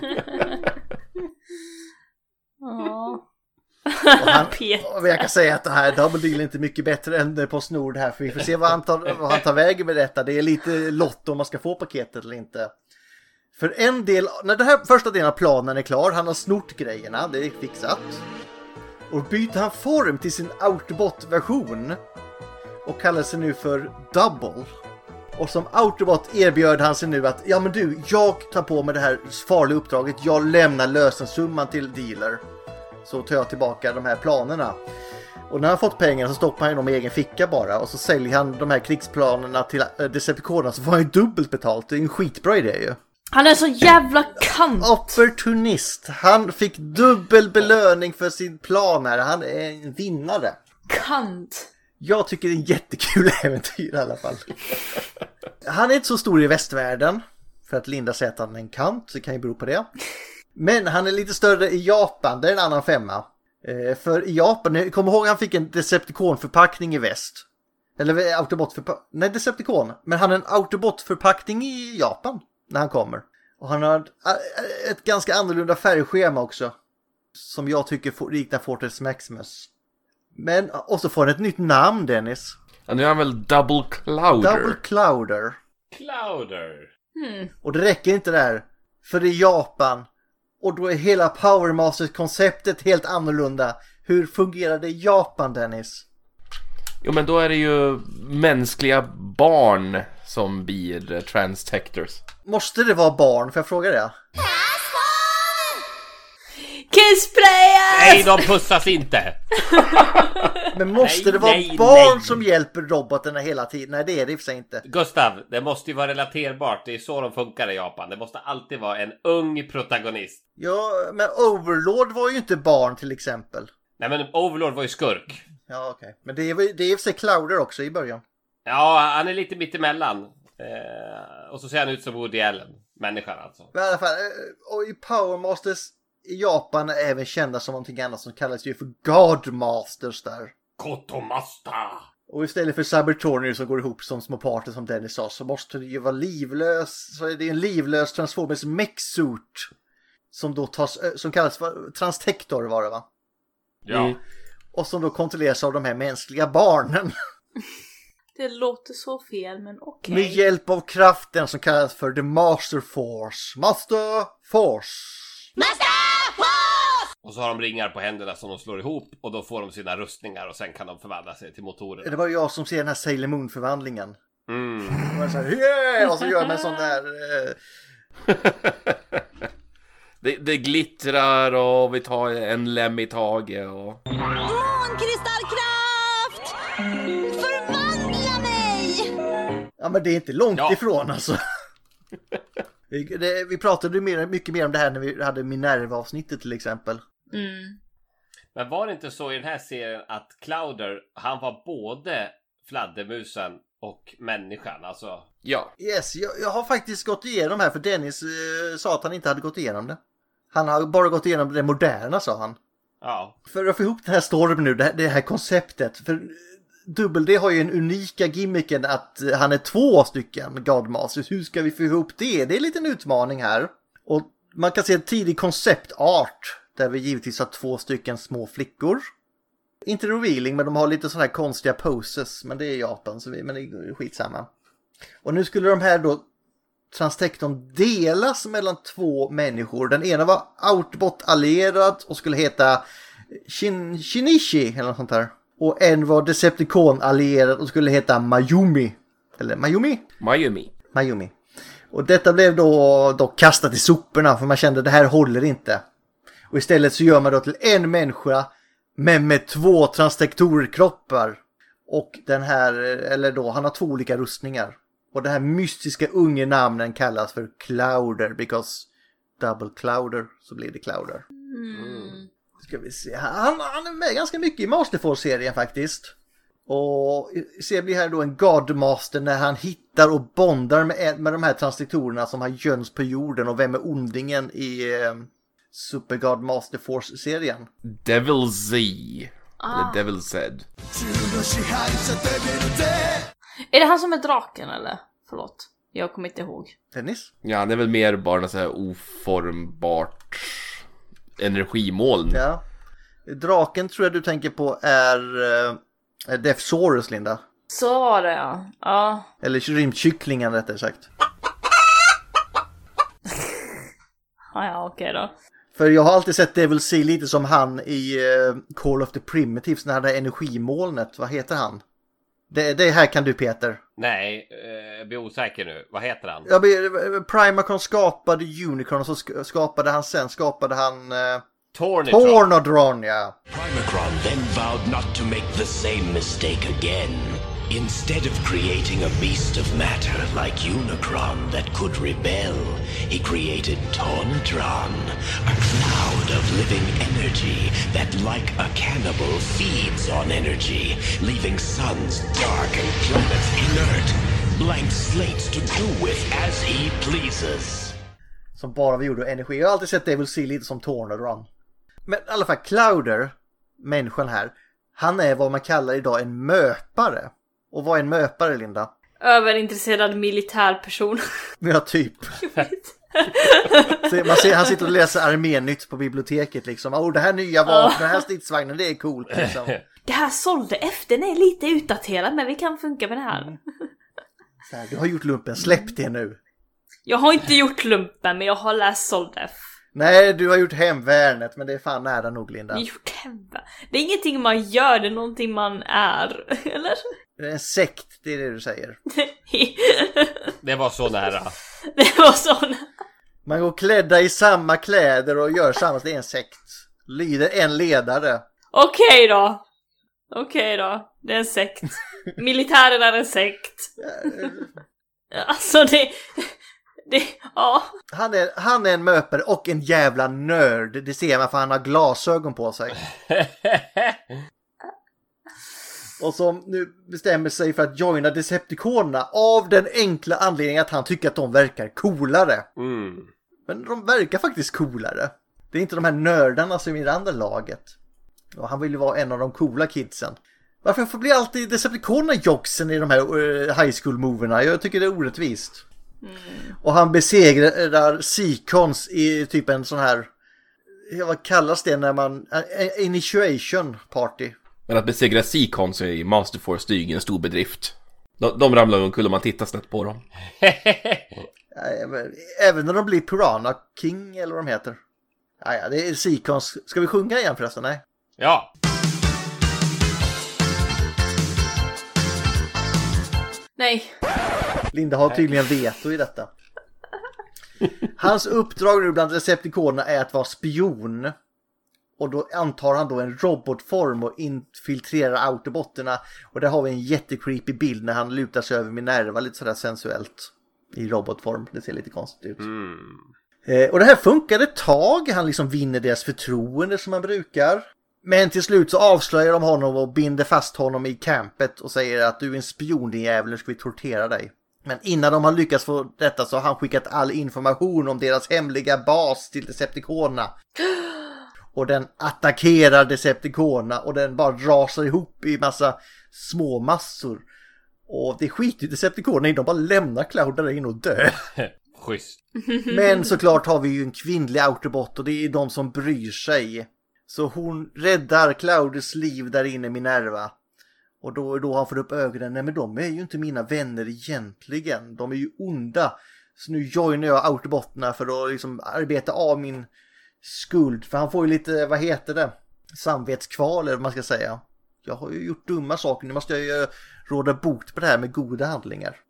Ja. Och han, och jag kan säga att det här Double Deal är inte mycket bättre än Postnord här, för vi får se vad han tar, vad han tar vägen med detta. Det är lite lott om man ska få paketet eller inte. För en del, när den här första delen av planen är klar, han har snort grejerna, det är fixat. Och byter han form till sin Autobot-version och kallar sig nu för Double. Och som Autobot erbjöd han sig nu att, ja men du, jag tar på mig det här farliga uppdraget, jag lämnar lösensumman till Dealer. Så tar jag tillbaka de här planerna. Och när han fått pengar så stoppar han dem i egen ficka bara. Och så säljer han de här krigsplanerna till Decepticonerna, så får han ju dubbelt betalt. Det är en skitbra idé ju. Han är så jävla kant. Opportunist. Han fick dubbel belöning för sin plan här. Han är en vinnare. Kant. Jag tycker det är en jättekul äventyr i alla fall. Han är inte så stor i västvärlden. För att Linda säger att han är en kant, så kan ju bero på det. Men han är lite större i Japan, det är en annan femma. Eh, för i Japan, kom ihåg han fick en Decepticon-förpackning i väst. Eller Autobot-förpackning, nej Decepticon. Men han har en Autobot-förpackning i Japan när han kommer. Och han har ett ganska annorlunda färgschema också. Som jag tycker liknar Fortress Maximus. Men, och så får han ett nytt namn, Dennis. Ja, nu är han väl Double Clouder. Double Clouder. Clouder. Hmm. Och det räcker inte där. För i Japan. Och då är hela Power Masters-konceptet helt annorlunda. Hur fungerar det i Japan, Dennis? Jo, men då är det ju mänskliga barn som blir Transtectors. Måste det vara barn? Får jag fråga det? Kissplayers! Nej, de pussas inte. Men måste nej, det vara nej, barn nej. som hjälper robotarna hela tiden? Nej, det är det i och för sig inte. Gustav, det måste ju vara relaterbart. Det är så de funkar i Japan. Det måste alltid vara en ung protagonist. Ja, men Overlord var ju inte barn till exempel. Nej, men Overlord var ju skurk. Ja, okej. Okay. Men det är, det är i och för sig Clouder också i början. Ja, han är lite mittemellan. Eh, och så ser han ut som Woody Allen. Människan alltså. Men i alla fall, och i Power Masters i Japan är även kända som någonting annat som kallas ju för Godmasters där. Kotomasta! Och istället för Cybertronier som går ihop som små parter som Dennis sa, så måste det ju vara livlös. Så är det en livlös Transformers mech-suit som då tas, som kallas för Transtector var det va? Ja. Mm. Och som då kontrolleras av de här mänskliga barnen. Det låter så fel, men okej. Okay. Med hjälp av kraften som kallas för The Master Force. Master Force! Master Force! Och så har de ringar på händerna som de slår ihop. Och då får de sina rustningar och sen kan de förvandla sig till motorer. Det var jag som ser den här Sailor Moon-förvandlingen. Mm. Och, så här, yeah! Och så gör man en sån där... Eh... det, det glittrar och vi tar en lem i taget och... Månkristallkraft! Förvandla mig! Ja, men det är inte långt ja. ifrån alltså. vi, det, vi pratade mer, mycket mer om det här när vi hade Minerva-avsnittet till exempel. Mm. Men var det inte så i den här serien att Clouder, han var både fladdermusen och människan, alltså? Ja. Yes, jag, jag har faktiskt gått igenom här för Dennis eh, sa att han inte hade gått igenom det. Han har bara gått igenom det moderna, sa han. Ja. För att få ihop den här stormen nu, det här, det här konceptet. För Double D har ju en unika gimmicken att han är två stycken Godmasters. Hur ska vi få ihop det? Det är en liten utmaning här. Och man kan se en tidig konceptart där vi givetvis har två stycken små flickor. Inte revealing, men de har lite sådana här konstiga poses. Men det är Japan, så vi, men det är skitsamma. Och nu skulle de här då Transtectorn delas mellan två människor. Den ena var Autobot-allierad och skulle heta Shin- Shinichi eller något sånt här. Och en var Decepticon-allierad och skulle heta Mayumi. Eller Mayumi? Mayumi. Mayumi. Och detta blev då, då kastat i soporna för man kände att det här håller inte. Och istället så gör man då till en människa men med två transtektorkroppar. Och den här, eller då, han har två olika rustningar. Och den här mystiska unge namnen kallas för Clouder, because double Clouder, så blir det Clouder. Mm. Ska vi se, han, han är med ganska mycket i Masterforce-serien faktiskt. Och ser blir här då en Godmaster när han hittar och bondar med, med de här transtektorerna som har göms på jorden. Och vem är ondingen i eh, Super God Master Force-serien? Devil Z. Ah. Eller Devil Z. Är det han som är draken eller? Förlåt, jag kommer inte ihåg. Dennis? Ja, det är väl mer bara något så här oformbart energimoln. Ja. Draken tror jag du tänker på är uh, Deathsaurus, Linda. Så var det, ja. Ja. Eller rymdkycklingen rättare sagt. Ja, ja, okej då. För jag har alltid sett Devil C lite som han i uh, Call of the Primitives när det här energimolnet. Vad heter han? Det, det här kan du, Peter. Nej, jag eh, blir osäker nu. Vad heter han? Ja, Primacron skapade Unicron och så skapade han sen skapade han uh, Tornadron. Tornadron, ja. Primacron then vowed not to make the same mistake again. Instead of creating a beast of matter like Unicron that could rebel, he created Torntron, a cloud of living energy that, like a cannibal, feeds on energy, leaving suns dark and planets inert, blank slates to do with as he pleases. Som bara vi gjorde energi. Jag har alltid sett Devil C lite som Tornadron. Men i alla fall, Clouder, människan här, han är vad man kallar idag en möpare. Och vad är en möpare, Linda? Överintresserad militärperson. Ja, typ. Så man ser, han sitter och läser Arménytt på biblioteket liksom. Åh, oh, det här nya vapnet, den här stridsvagnen, det är coolt liksom. Det här sålde efter, den är lite utdaterad, men vi kan funka med det här. Mm. Så här, du har gjort lumpen, släpp det nu. Jag har inte gjort lumpen, men jag har läst Soldef. Nej, du har gjort hemvärnet, men det är fan nära nog, Linda. Jag har gjort hemvärnet. Det är ingenting man gör, det är någonting man är, eller? Det är en sekt, det är det du säger. Det var så nära. Det var så nära. Man går klädda i samma kläder och gör samma, det är en sekt. Lyder en ledare. Okej okay då. Okej okay då, det är en sekt. Militären är en sekt. Alltså det... Det, ja. han, är, han är en möpare och en jävla nörd. Det ser man för han har glasögon på sig. Och som nu bestämmer sig för att joina Decepticonerna av den enkla anledningen att han tycker att de verkar coolare. Mm. Men de verkar faktiskt coolare. Det är inte de här nördarna som är i det andra laget. Och han vill ju vara en av de coola kidsen. Varför får bli alltid Decepticonerna joxen i de här uh, high school-moverna? Jag tycker det är orättvist. Mm. Och han besegrar Seacons i typ en sån här, vad kallas det när man, initiation party. Men att besegra Seacons i Master Force, det är ju en stor bedrift. De, de ramlar omkull om man tittar snett på dem. Även när de blir Piranha King eller vad de heter. Ja, det är Seacons. Ska vi sjunga igen förresten? Nej. Ja. Nej. Linda har tydligen veto i detta. Hans uppdrag nu bland Decepticonerna är att vara spion. Och då antar han då en robotform och infiltrerar autobotterna. Och där har vi en jättecreepy bild när han lutar sig över Minerva lite sådär sensuellt. I robotform, det ser lite konstigt ut. Mm. Eh, och det här funkar ett tag. Han liksom vinner deras förtroende som man brukar. Men till slut så avslöjar de honom och binder fast honom i campet och säger att du är en spion, din jävel, nu ska vi tortera dig. Men innan de har lyckats få detta så har han skickat all information om deras hemliga bas till Decepticonerna. Och den attackerar Decepticonerna och den bara rasar ihop i massa små massor. Och det skiter Decepticonerna i, de bara lämnar Cloud där in och dör. Schysst. Men såklart har vi ju en kvinnlig Autobot och det är de som bryr sig. Så hon räddar Clauders liv där inne, Minerva. Och då, då har han fått upp ögonen. Nej, men de är ju inte mina vänner egentligen. De är ju onda. Så nu joinar jag Autobotterna för att liksom arbeta av min skuld. För han får ju lite, vad heter det? Samvetskval eller vad man ska säga. Jag har ju gjort dumma saker. Nu måste jag ju råda bot på det här med goda handlingar.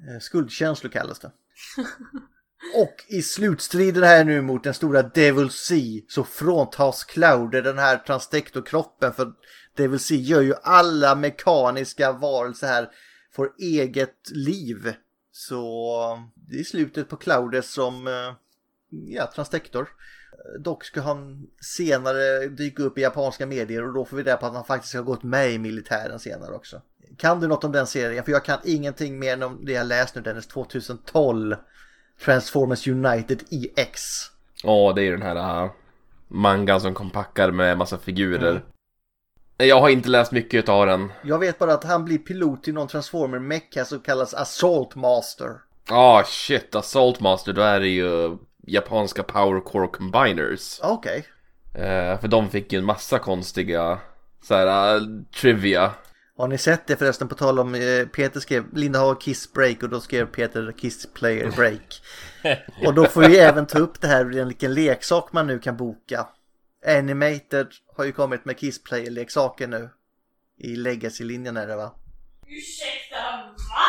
Skuldkänslor kallas det. Och i slutstriden här nu mot den stora Devil Sea så fråntas Clouder den här transtektorkroppen, för Devil Sea gör ju alla mekaniska varelser här får eget liv. Så det är slutet på Clouder som ja, transtektor. Dock ska han senare dyka upp i japanska medier och då får vi reda på att han faktiskt har gått med i militären senare också. Kan du något om den serien? För jag kan ingenting mer om det jag läst nu, Dennis. tjugohundratolv Transformers United E X. Ja, det är den här uh, mangan som kom packad med massa figurer. Mm. Jag har inte läst mycket av den. Jag vet bara att han blir pilot i någon Transformer mecha som kallas Assault Master. Ah, oh, shit. Assault Master, då är det ju japanska Power Core Combiners. Okej. Okay. Uh, för de fick ju en massa konstiga så här, uh, trivia. Har ni sett det förresten, på tal om eh, Peter skrev Linda har Kiss Break och då skrev Peter Kiss Player Break. Och då får vi även ta upp det här vilken leksak man nu kan boka. Animated har ju kommit med Kiss Player leksaker nu. I Legacy-linjen är det, va? Ursäkta, va?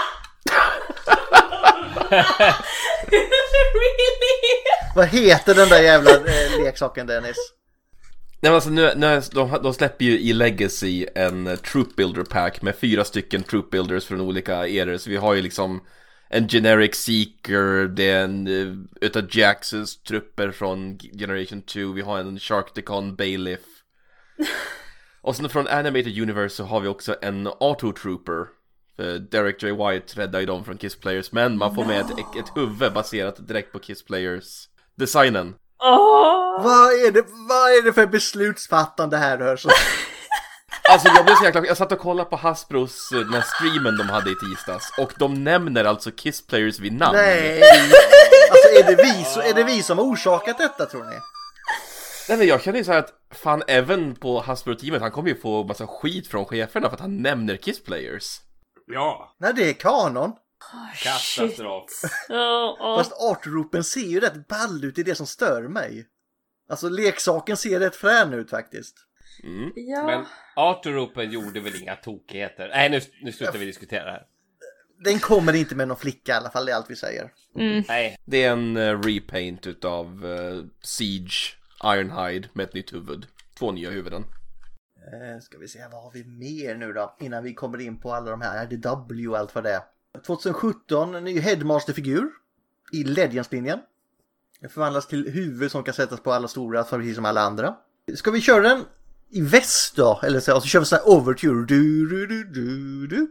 Really? Vad heter den där jävla eh, leksaken, Dennis? Nej, men alltså nu, nu, de, de släpper ju i Legacy en uh, Troop Builder pack med fyra stycken Troop Builders från olika eror. Så vi har ju liksom en Generic Seeker, det är en uh, utav Jaxes trupper från Generation två. Vi har en Sharkticon Bailiff. Och sen från Animated Universe så har vi också en Autotrooper. uh, Derek J. White räddar ju dem från Kiss Players, men man får med ett, ett huvud baserat direkt på Kiss Players designen. Oh. Vad är det, vad är det för beslutsfattande här, hörs? Alltså jag blev så jäkla... Jag satt och kollade på Hasbros den här streamen de hade i tisdags, och de nämner alltså Kiss Players vid namn. Nej. Alltså är det vi, så, är det vi som orsakat detta, tror ni? Nej, men jag känner ju så här att fan, även på Hasbro-teamet, han kommer ju få massa skit från cheferna för att han nämner Kiss Players. Ja. Nej, det är kanon. Oh, Katastrof. oh, oh. Fast artropen ser ju rätt ball ut, i det som stör mig. Alltså leksaken ser rätt frän ut faktiskt. Mm. Ja. Men Arthur-ropen gjorde väl inga tokigheter. Nej, nu, nu slutar vi diskutera det här. Den kommer inte med någon flicka i alla fall, det är allt vi säger. Mm. Nej. Det är en uh, repaint utav uh, Siege Ironhide med ett nytt huvud. Två nya huvuden. Eh, ska vi se, vad har vi mer nu då? Innan vi kommer in på alla de här R D W och allt vad det är. tjugosjutton, en ny Headmaster-figur i Legends-linjen. Den förvandlas till huvud som kan sättas på alla stora, precis som alla andra. Ska vi köra den i väst då? Eller så, och så kör vi sån här overture. Du, du, du, du, du.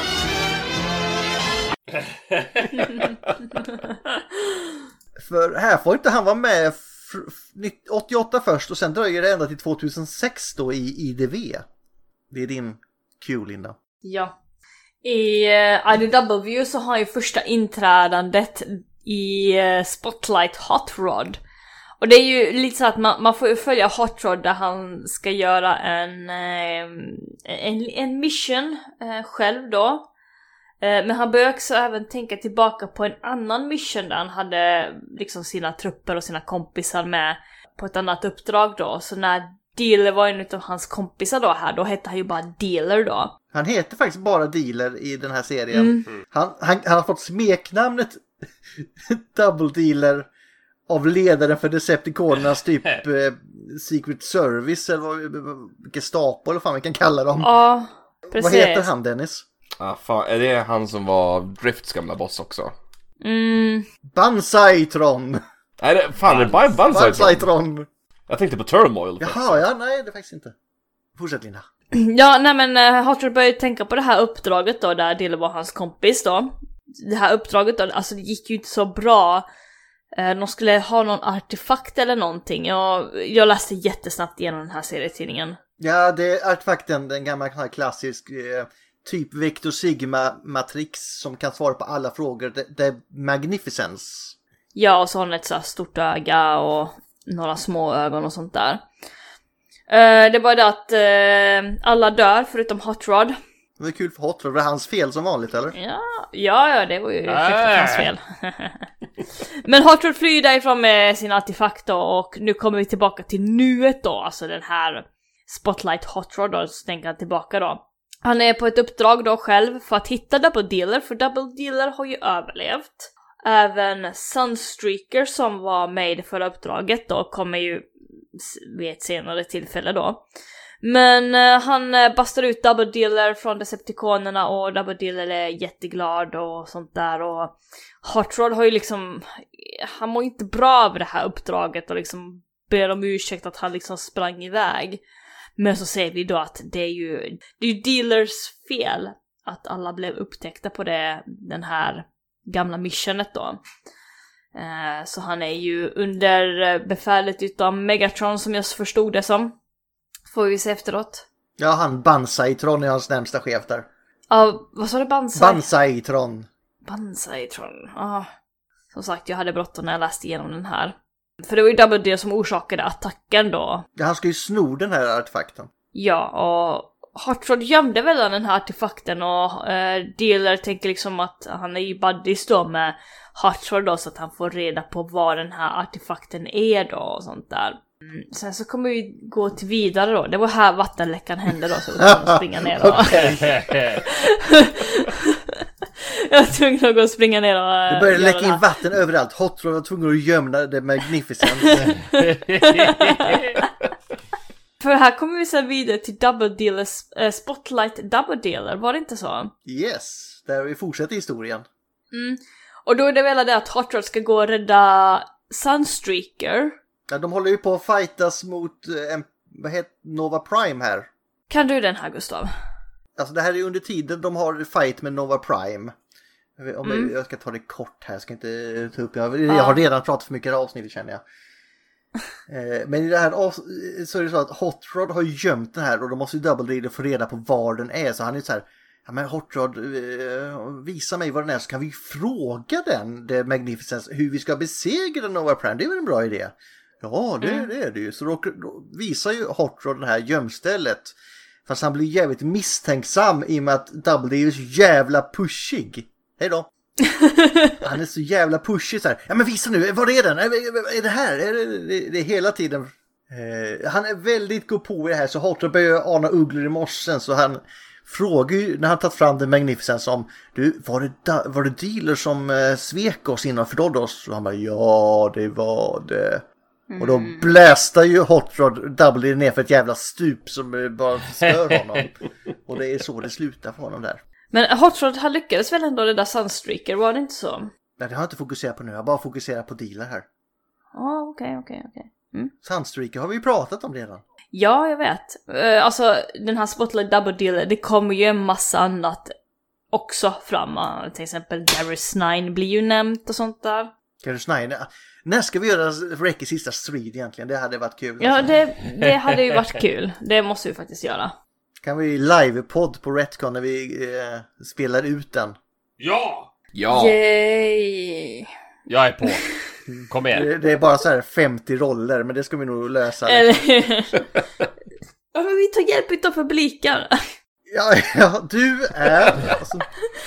För här får inte han vara med åttioåtta först och sen dröjer det ända till tvåtusensex då i I D V. Det är din Q, Linda. Ja. I uh, I D W så har ju första inträdandet i uh, Spotlight Hot Rod. Och det är ju lite så att man, man får ju följa Hot Rod där han ska göra en, uh, en, en mission uh, själv då. Uh, men han börjar också även tänka tillbaka på en annan mission där han hade liksom sina trupper och sina kompisar med på ett annat uppdrag då. Så när Dealer var en av hans kompisar då här, då hette han ju bara Dealer då. Han heter faktiskt bara Dealer i den här serien. Mm. Han, han, han har fått smeknamnet Double Dealer av ledaren för Decepticonernas typ eh, Secret Service eller vad, Gestapo eller fan vi kan kalla dem. Ja, precis. Vad heter han, Dennis? Ah, fan, är det han som var Drifts gamla boss också? Mm. Banzai-tron. Nej, det, fan, det är bara Banzai-tron. Banzai-tron. Jag tänkte på Turmoil. Jaha, ja, nej, det är faktiskt inte. Fortsätt, Linda. Ja, nej men uh, Hot Rod började tänka på det här uppdraget då, där Dille var hans kompis då. Det här uppdraget då, alltså det gick ju inte så bra. Uh, de skulle ha någon artefakt eller någonting. Jag, jag läste jättesnabbt igenom den här serietidningen. Ja, det är artefakten, den gamla klassisk eh, typ Vector Sigma-matrix som kan svara på alla frågor. Det, det är Magnificence. Ja, och så har den ett så här stort öga och några små ögon och sånt där. Uh, det var det att uh, alla dör förutom Hot Rod. Det var kul för Hot Rod. Var det hans fel som vanligt, eller? Ja, ja, ja det var ju äh. hans fel. Men Hot Rod flyr därifrån med sin artefakt då, och nu kommer vi tillbaka till nuet då. Alltså den här Spotlight Hot Rod då, så tänker han tillbaka då. Han är på ett uppdrag då själv för att hitta Double Dealer, för Double Dealer har ju överlevt. Även Sunstreaker som var med i det förra uppdraget då kommer ju vid ett senare tillfälle då. Men uh, han uh, bastar ut Double Dealer från Decepticonerna och Double Dealer är jätteglad och sånt där. Och Hot Rod har ju liksom, han mår inte bra av det här uppdraget och liksom ber om ursäkt att han liksom sprang iväg. Men så säger vi då att det är ju, det är ju Dealers fel att alla blev upptäckta på det, den här gamla missionet då. Uh, så han är ju under befälet utav Megatron som jag förstod det som. Får vi se efteråt. Ja, han Banzai-tron är hans närmsta chef där. Ja, uh, vad sa du? Banzai? Banzai-tron. Banzai-tron, ja. Uh, som sagt, jag hade bråttom när jag läste igenom den här. För det var ju Double Dealer som orsakade attacken då. Ja, han ska ju sno den här artefakten. Ja, och Hot Rod gömde väl den här artefakten och uh, Dealer tänker liksom att han är ju buddies då med Hot Rod då, så att han får reda på vad den här artefakten är då och sånt där. Mm. Sen så kommer vi gå till vidare då. Det var här vattenläckan hände då, så jag var springa ner då. Jag var tvungen att gå och springa ner och det började läcka in vatten överallt. Hot Rod var tvungen att gömma det Magnificent. För här kommer vi sen vidare till Double Dealer, äh, Spotlight Double Dealer, var det inte så? Yes, där vi fortsätter historien. Mm. Och då är det väl det att Hot Rod ska gå och rädda Sunstreaker. Ja, de håller ju på att fightas mot en, vad heter Nova Prime här. Kan du den här, Gustav? Alltså det här är under tiden de har fight med Nova Prime. Om Mm. jag, jag ska ta det kort här, jag ska inte ta upp. Jag, jag har redan pratat för mycket avsnitt, känner jag. eh, men i det här så är det så att Hot Rod har gömt den här och de måste ju Double Dealer få reda på var den är. Så han är så här, ja men Hot Rod, eh, visa mig var den är så kan vi fråga den, det Magnificence, hur vi ska besegra Nova Prime. Det är väl en bra idé. Ja, det, mm. det är det ju. Så då, då visar ju Hot Rod det här gömstället. Fast han blir jävligt misstänksam i och med att Double Dealer är så jävla pushig. Hej då. Han är så jävla pushig så här. Ja men visa nu, var är den? Är, är, är det här? Är det, det, det är hela tiden. Eh, han är väldigt gå på i det här, så Hot Rod börjar ana ugglor i morsen, så han frågar ju när han tagit fram den Magnificence om du, var det, var det Dealer som eh, svek oss innan förrådde oss? Och han bara, ja det var det. Mm. Och då blästar ju Hot Rod Double Dealer ner för ett jävla stup som bara förstör honom. Och det är så det slutar för honom där. Men Hot Rod, han lyckades väl ändå det där Sunstreaker, var det inte så? Nej, det har jag inte fokuserat på nu. Jag har bara fokuserat på Dealer här. Ja, oh, okej, okay, okej, okay, okej. Okay. Mm. Sunstreaker har vi ju pratat om redan. Ja, jag vet. Uh, alltså, den här Spotlight Double Dealer, det kommer ju en massa annat också fram. Uh, till exempel Garrus nine blir ju nämnt och sånt där. Garrus nine, ja. När ska vi göra Wreckers sista strid egentligen? Det hade varit kul. Ja, det, det hade ju varit kul. Det måste vi faktiskt göra. Kan vi live-podd på Retcon när vi eh, spelar ut den? Ja! Ja! Yay! Jag är på. Kom igen. Det, det är bara så här femtio roller, men det ska vi nog lösa. Ja, men vi tar hjälp utav publiken. Ja, ja, du är... Alltså...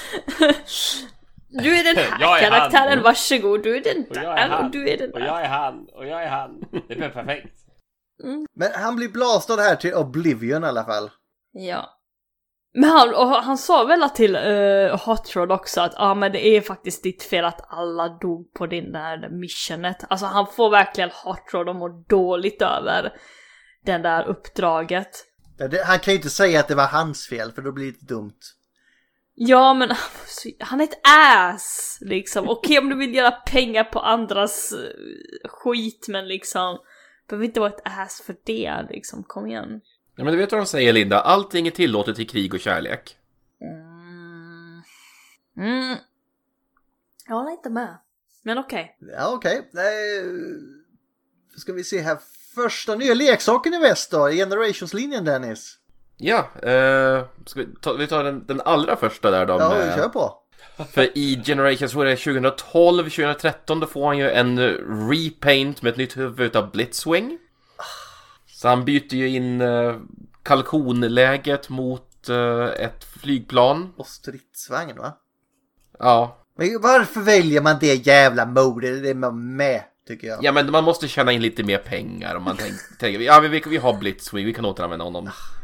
Du är den här jag är karaktären, han. Varsågod. Du är den Och där jag är han. och du är den där. Och jag är han. Och jag är han. Det blir perfekt. Mm. Men han blir blastad här till Oblivion i alla fall. Ja. Men han, och han sa väl till uh, Hot Rod också att ah, men det är faktiskt ditt fel att alla dog på din där missionet. Alltså han får verkligen Hot Rod att må dåligt över den där uppdraget. Det, han kan ju inte säga att det var hans fel, för då blir det dumt. Ja, men han är ett ass, liksom. Okej, om du vill göra pengar på andras skit, men liksom behöver inte vara ett ass för det, liksom. Kom igen. Ja, men du vet vad de säger, Linda. Allting är tillåtet i krig och kärlek. Mm. Mm. Jag håller inte med. Men okej. Okay. Ja, okej. Okay. Ska vi se här. Första nya leksaken i väst då. Generationslinjen, Dennis. Ja, eh, ska vi, ta, vi tar den, den allra första där då. Ja, med, vi kör på. För i Generations var det tjugohundratolv tjugotretton, då får han ju en repaint med ett nytt huvud av Blitzwing. Så han byter ju in eh, kalkonläget mot eh, ett flygplan. Och stridsvagn, va? Ja. Men varför väljer man det jävla modet? Det är man med, tycker jag. Ja, men man måste tjäna in lite mer pengar om man tänker, tänker ja, vi, vi har Blitzwing, vi kan återanvända honom.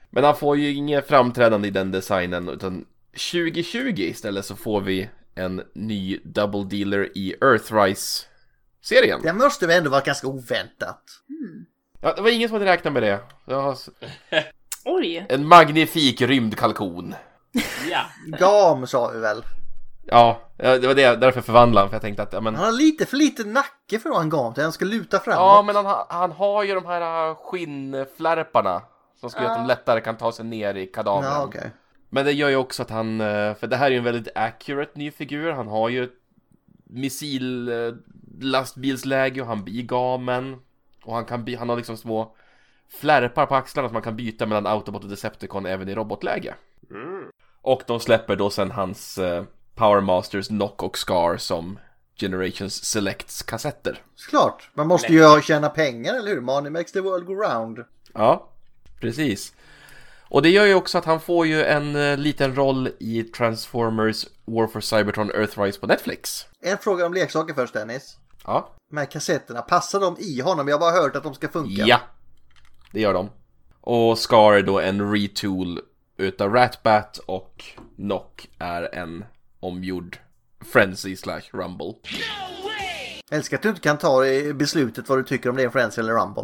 Men han får ju inget framträdande i den designen, utan tjugo tjugo istället så får vi en ny Double Dealer i Earthrise-serien. Det måste väl ändå vara ganska oväntat. Mm. Ja, det var ingen som hade räknat med det. Jag har... Oj. En magnifik rymdkalkon. Ja. Gam sa vi väl. Ja, det var det, därför förvandlade han, för jag tänkte att ja, men... Han har lite för lite nacke för att ha en gam till. Han ska luta framåt. Ja, men han, ha- han har ju de här skinnflärparna som ska göra att de lättare kan ta sig ner i kadavern. Ja, okay. Men det gör ju också att han, för det här är ju en väldigt accurate ny figur. Han har ju missil lastbilsläge och han blir gamen. Och han kan by- han har liksom små flärpar på axlarna som man kan byta mellan Autobot och Decepticon även i robotläge. Mm. Och de släpper då sen hans uh, Power Masters Knock och Scar som Generations Selects kassetter. Såklart, man måste ju tjäna pengar, eller hur? Money makes the world go round. Ja, precis. Och det gör ju också att han får ju en uh, liten roll i Transformers War for Cybertron Earthrise på Netflix. En fråga om leksaker först, Dennis. Ja. De här kassetterna, passar de i honom? Jag har bara hört att de ska funka. Ja, det gör de. Och Scar är då en retool utav Ratbat och Knock är en omgjord Frenzy slash Rumble. Jag älskar att du inte kan ta i beslutet vad du tycker om det är en Frenzy eller Rumble.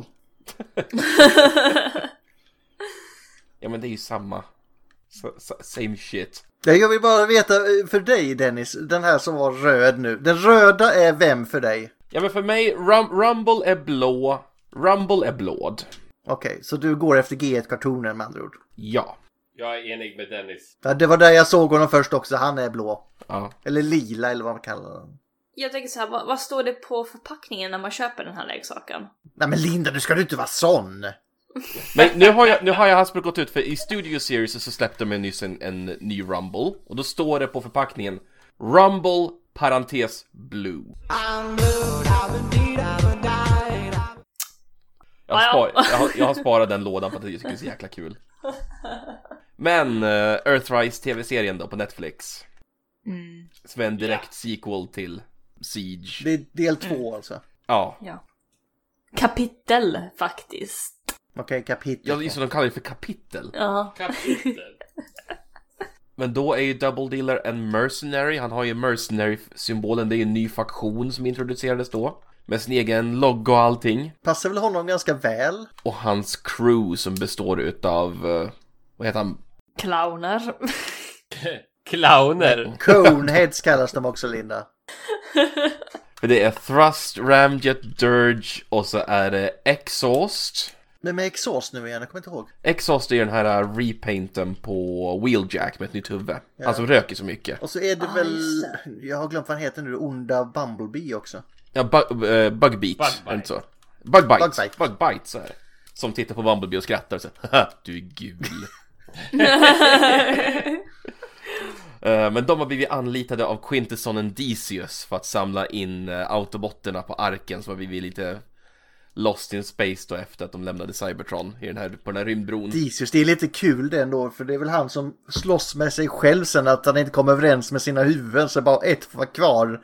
Ja, men det är ju samma. S- same shit. Jag vill bara veta för dig, Dennis, den här som var röd nu. Den röda är vem för dig? Ja, men för mig, Rum- Rumble är blå. Rumble är blåd. Okej, okay, så du går efter G ett-kartonen med andra ord? Ja. Jag är enig med Dennis. Ja, det var där jag såg honom först också, han är blå. Ja. Eller lila, eller vad man kallar den. Jag tänker så här, vad, vad står det på förpackningen när man köper den här leksaken? Nej men Linda, du ska du inte vara sån! Men nu har jag, nu har jag Hasbro gått ut, för i Studio Series så släppte de nyss en, en ny Rumble. Och då står det på förpackningen Rumble, parentes, blue. Jag har, spar, jag, har, jag har sparat den lådan för att jag tycker det är så jäkla kul. Men uh, Earthrise tv-serien då på Netflix. Mm. Som är en direkt sequel till Siege. Det är del två mm. alltså. Ja. ja. Kapitel faktiskt. Okej, okay, kapitel. Ja, just det, de kallar det för kapitel. Ja. Kapitel. Men då är ju Double Dealer en mercenary. Han har ju mercenary-symbolen. Det är en ny faktion som introducerades då. Med sin egen logga och allting. Passar väl honom ganska väl. Och hans crew som består utav... Uh, vad heter han? Clowner. Clowner. Coneheads kallas de också, Linda. För det är Thrust, Ramjet, Dirge och så är det Exhaust. Men med Exhaust nu igen, jag kommer inte ihåg. Exhaust är den här uh, repainten på Wheeljack med ett nytt huvud. Ja. Han som röker så mycket. Och så är det ah, väl... Jag har glömt vad han heter nu. Onda Bumblebee också. Ja, bu- uh, Bugbeat. Bugbite. Inte så. Bugbite. Bugbite. Bugbite, så här. Som tittar på Bumblebee och skrattar och så haha, du är gul. uh, men de har blivit anlitade av Quintesson och Decius för att samla in uh, autobotterna på arken, som har blivit lite lost in space då efter att de lämnade Cybertron i den här, på den här rymdbron. Decius, det är lite kul det ändå, för det är väl han som slåss med sig själv sen, att han inte kom överens med sina huvuden, så bara ett var kvar.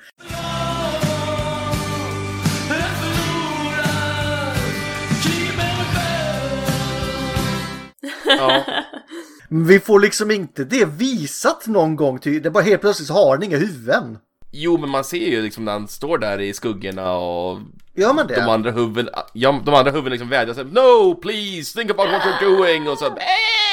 Ja. Vi får liksom inte det visat någon gång, ty det är bara helt plötsligt så har han inga huvuden. Jo, men man ser ju liksom när han står där i skuggorna och gör man det? De andra huvuden, ja, de andra huvuden liksom vädjar så här, no, please, think about what you're doing, och så äh!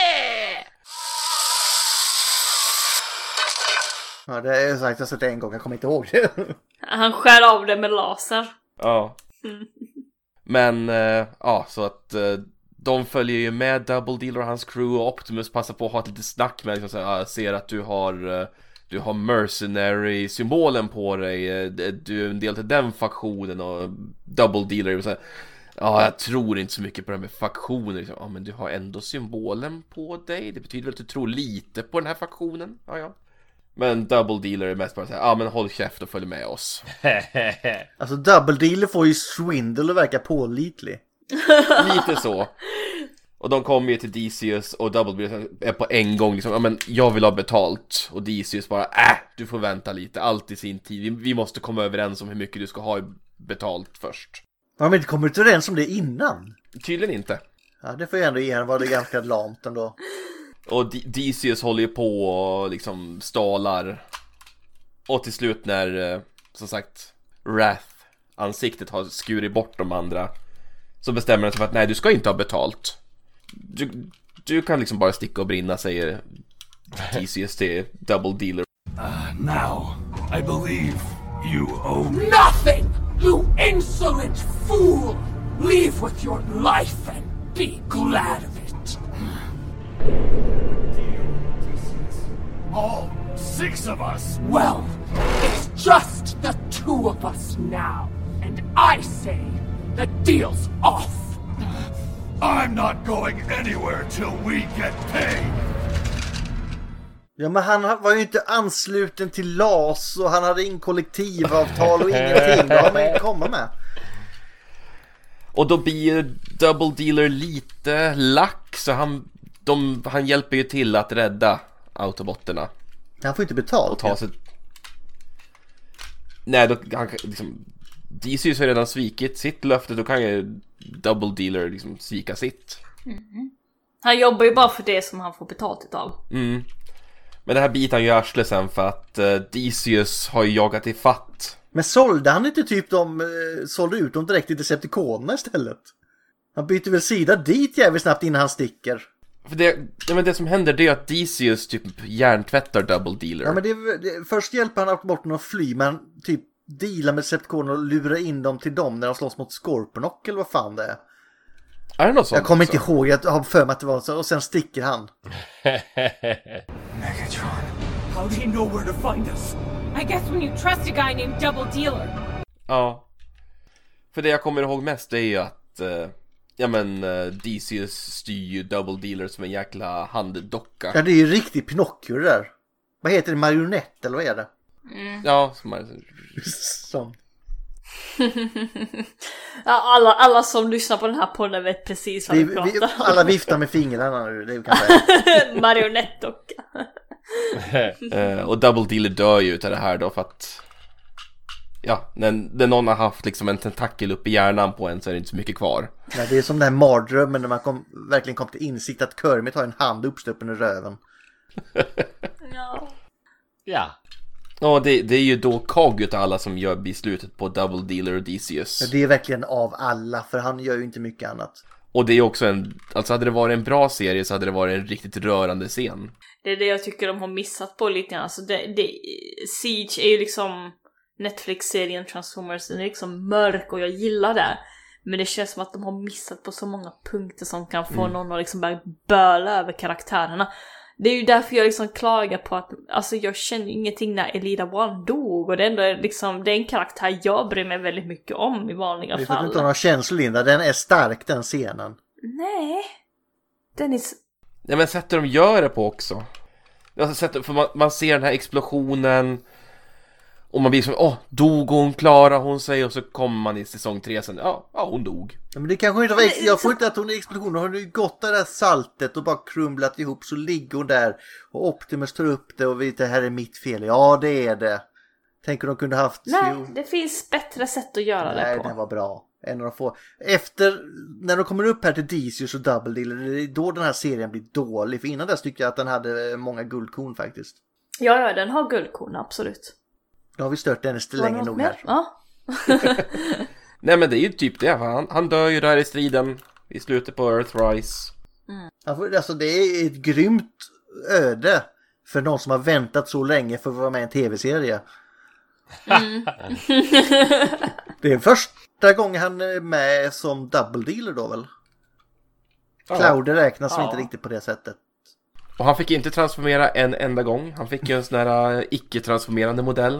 Ja, det är sagt, jag har sett det en gång, jag kommer inte ihåg det. Han skär av det med laser. Ja. Mm. Men, äh, ja, så att äh, de följer ju med Double Dealer och hans crew, och Optimus passar på att ha ett litet snack med liksom, så här, jag ser att du har... Äh, Du har mercenary-symbolen på dig. Du är en del till den faktionen. Och Double Dealer och så här, ja, jag tror inte så mycket på det här med faktioner. Ja, men du har ändå symbolen på dig. Det betyder väl att du tror lite på den här faktionen. Ja, ja. Men Double Dealer är mest bara så här, ja, men håll käft och följ med oss. Alltså Double Dealer får ju swindle och verka pålitlig. Lite så. Och de kommer ju till Decius och Double Dealer är på en gång liksom, ja, men jag vill ha betalt. Och Decius bara, äh, du får vänta lite, allt i sin tid. Vi, vi måste komma överens om hur mycket du ska ha betalt först. Har de inte kommit överens om det innan? Tydligen inte. Ja, det får jag ändå ge henne, var det ganska lamt ändå. Och D- Decius håller ju på och liksom stalar. Och till slut när, eh, som sagt, Wrath, ansiktet har skurit bort de andra, så bestämmer han sig för att nej, du ska inte ha betalt. Du, du kan liksom bara sticka och brinna, säger Decius till Double Dealer. Uh, now, I believe you owe me. Nothing! You insolent fool! Leave with your life and be glad of it. All six of us. Well, it's just the two of us now. And I say the deal's off. I'm not going anywhere till we get paid. Ja, men han var ju inte ansluten till L A S och han hade in kollektivavtal och ingenting. Då har man ju komma med. Och då blir Double Dealer lite lack, så han, de, han hjälper ju till att rädda Autobotterna. Han får inte betalt. Och ta sig... Nej, då, han, liksom, Decius har redan svikit sitt löfte, då kan ju Double Dealer liksom svika sitt. Mm. Han jobbar ju bara för det som han får betalt utav. Mm. Men det här bitar han ju arsle sen för att uh, Decius har ju jagat i fatt. Men sålde han inte typ de, uh, sålde ut dem direkt till Decepticonerna istället? Han byter väl sida dit jävligt snabbt innan han sticker. För det, ja, men det som händer det är att Decius typ hjärntvättar Double Dealer. Ja, men det, det, först hjälper han Autobotterna att fly, men typ dealar med Decepticonerna och lurar in dem till dem när de slåss mot Scorponok eller vad fan det är. Är det något sånt? Jag kommer inte ihåg, jag har för mig att det var så. Och sen sticker han. Megatron. How do you know where to find us? I guess when you trust a guy named Double Dealer. Ja. För det jag kommer ihåg mest är ju att uh, ja men uh, Decius styr ju Double Dealer som en jäkla handdocka. Ja, det är ju riktigt Pinocchio det där. Vad heter det? Marionett eller vad är det? Mm. Ja, som är... som... Ja, alla, alla som lyssnar på den här podden vet precis vad vi, vi pratar om. Alla viftar med fingrarna nu, det kan säga. Marionettdocka. uh, och Double Dealer dör ju utav det här då för att ja, när, när någon har haft liksom en tentakel upp i hjärnan på en så är det inte så mycket kvar. Nej, det är som den här mardrömmen när man kom, verkligen kom till insikt att Kermit har en hand uppstuppen i röven. Ja. Ja. Ja, det, det är ju då Cog utav alla som gör beslutet på Double Dealer och Decius. Ja, det är verkligen av alla, för han gör ju inte mycket annat. Och det är också en, alltså hade det varit en bra serie så hade det varit en riktigt rörande scen. Det är det jag tycker de har missat på lite grann. Alltså det, det, Siege är ju liksom Netflix-serien Transformers, den är liksom mörk och jag gillar det. Men det känns som att de har missat på så många punkter som kan få mm. någon att liksom börja böla över karaktärerna. Det är ju därför jag liksom klagar på att alltså jag känner ingenting när Elida One dog, och det är ändå liksom, det är en karaktär jag bryr mig väldigt mycket om i vanliga fall. Det är för att du inte har några känslor, Linda. Den är stark, den scenen. Nej. Den är... Ja, men sättet de gör det på också. Alltså, sättet, för man, man ser den här explosionen och man blir som, åh, dog hon, klarar hon sig? Och så kommer man i säsong tre sen, ja, ja hon dog. Ja, men det kanske inte var, ex- jag får inte att hon är explosionen. Hon har ju gått det där saltet och bara krumlat ihop, så ligger hon där och Optimus tar upp det och vet, det här är mitt fel. Ja, det är det. Tänker de kunde haft... Nej, jo. det finns bättre sätt att göra Nej, det på. Nej, det var bra. En av de få. Efter, när de kommer upp här till Decius och Double Dealer, det är då den här serien blir dålig. För innan dess tyckte jag att den hade många guldkorn faktiskt. Ja, ja, den har guldkorn, absolut. Då har vi stört den länge nog här. Ja. Nej, men det är ju typ det. Han, han dör ju där i striden i slutet på Earthrise. Mm. Alltså det är ett grymt öde för någon som har väntat så länge för att vara med i en tv-serie. Mm. Det är första gången han är med som Double Dealer då väl? Ja. Cloud räknas ja. Inte riktigt på det sättet. Och han fick inte transformera en enda gång. Han fick ju en sån här icke-transformerande modell.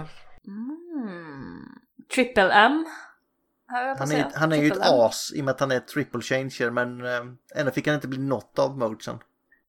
Mm. Triple M. Han är, han är ju ett as i och med att han är triple changer, men äh, ändå fick han inte bli något av modesen.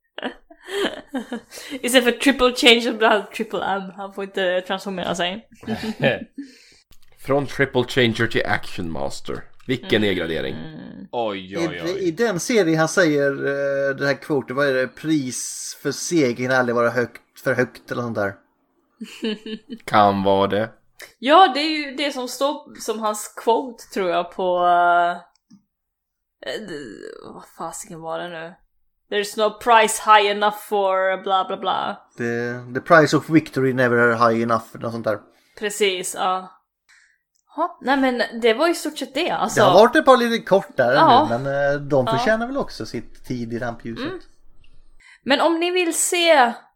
Istället för triple changer blir han triple M. Han får inte transformera sig. Från triple changer till action master. Vilken mm. nedgradering. Mm. Oj, oj, oj. I, I den serien han säger uh, det här kvoten, vad är det? Pris för segern aldrig vara högt, för högt eller sånt där. Kan vara det. Ja, det är ju det som står som hans quote tror jag på uh, Vad fasiken var det nu? There's no price high enough for bla bla bla. The, the price of victory never high enough. Något sånt där. Precis, ja. Ha, nej men det var ju stort sett det. Alltså... Det har varit ett par lite kortare ja. nu, men de förtjänar ja. väl också sitt tid i rampljuset. Mm. Men om ni vill se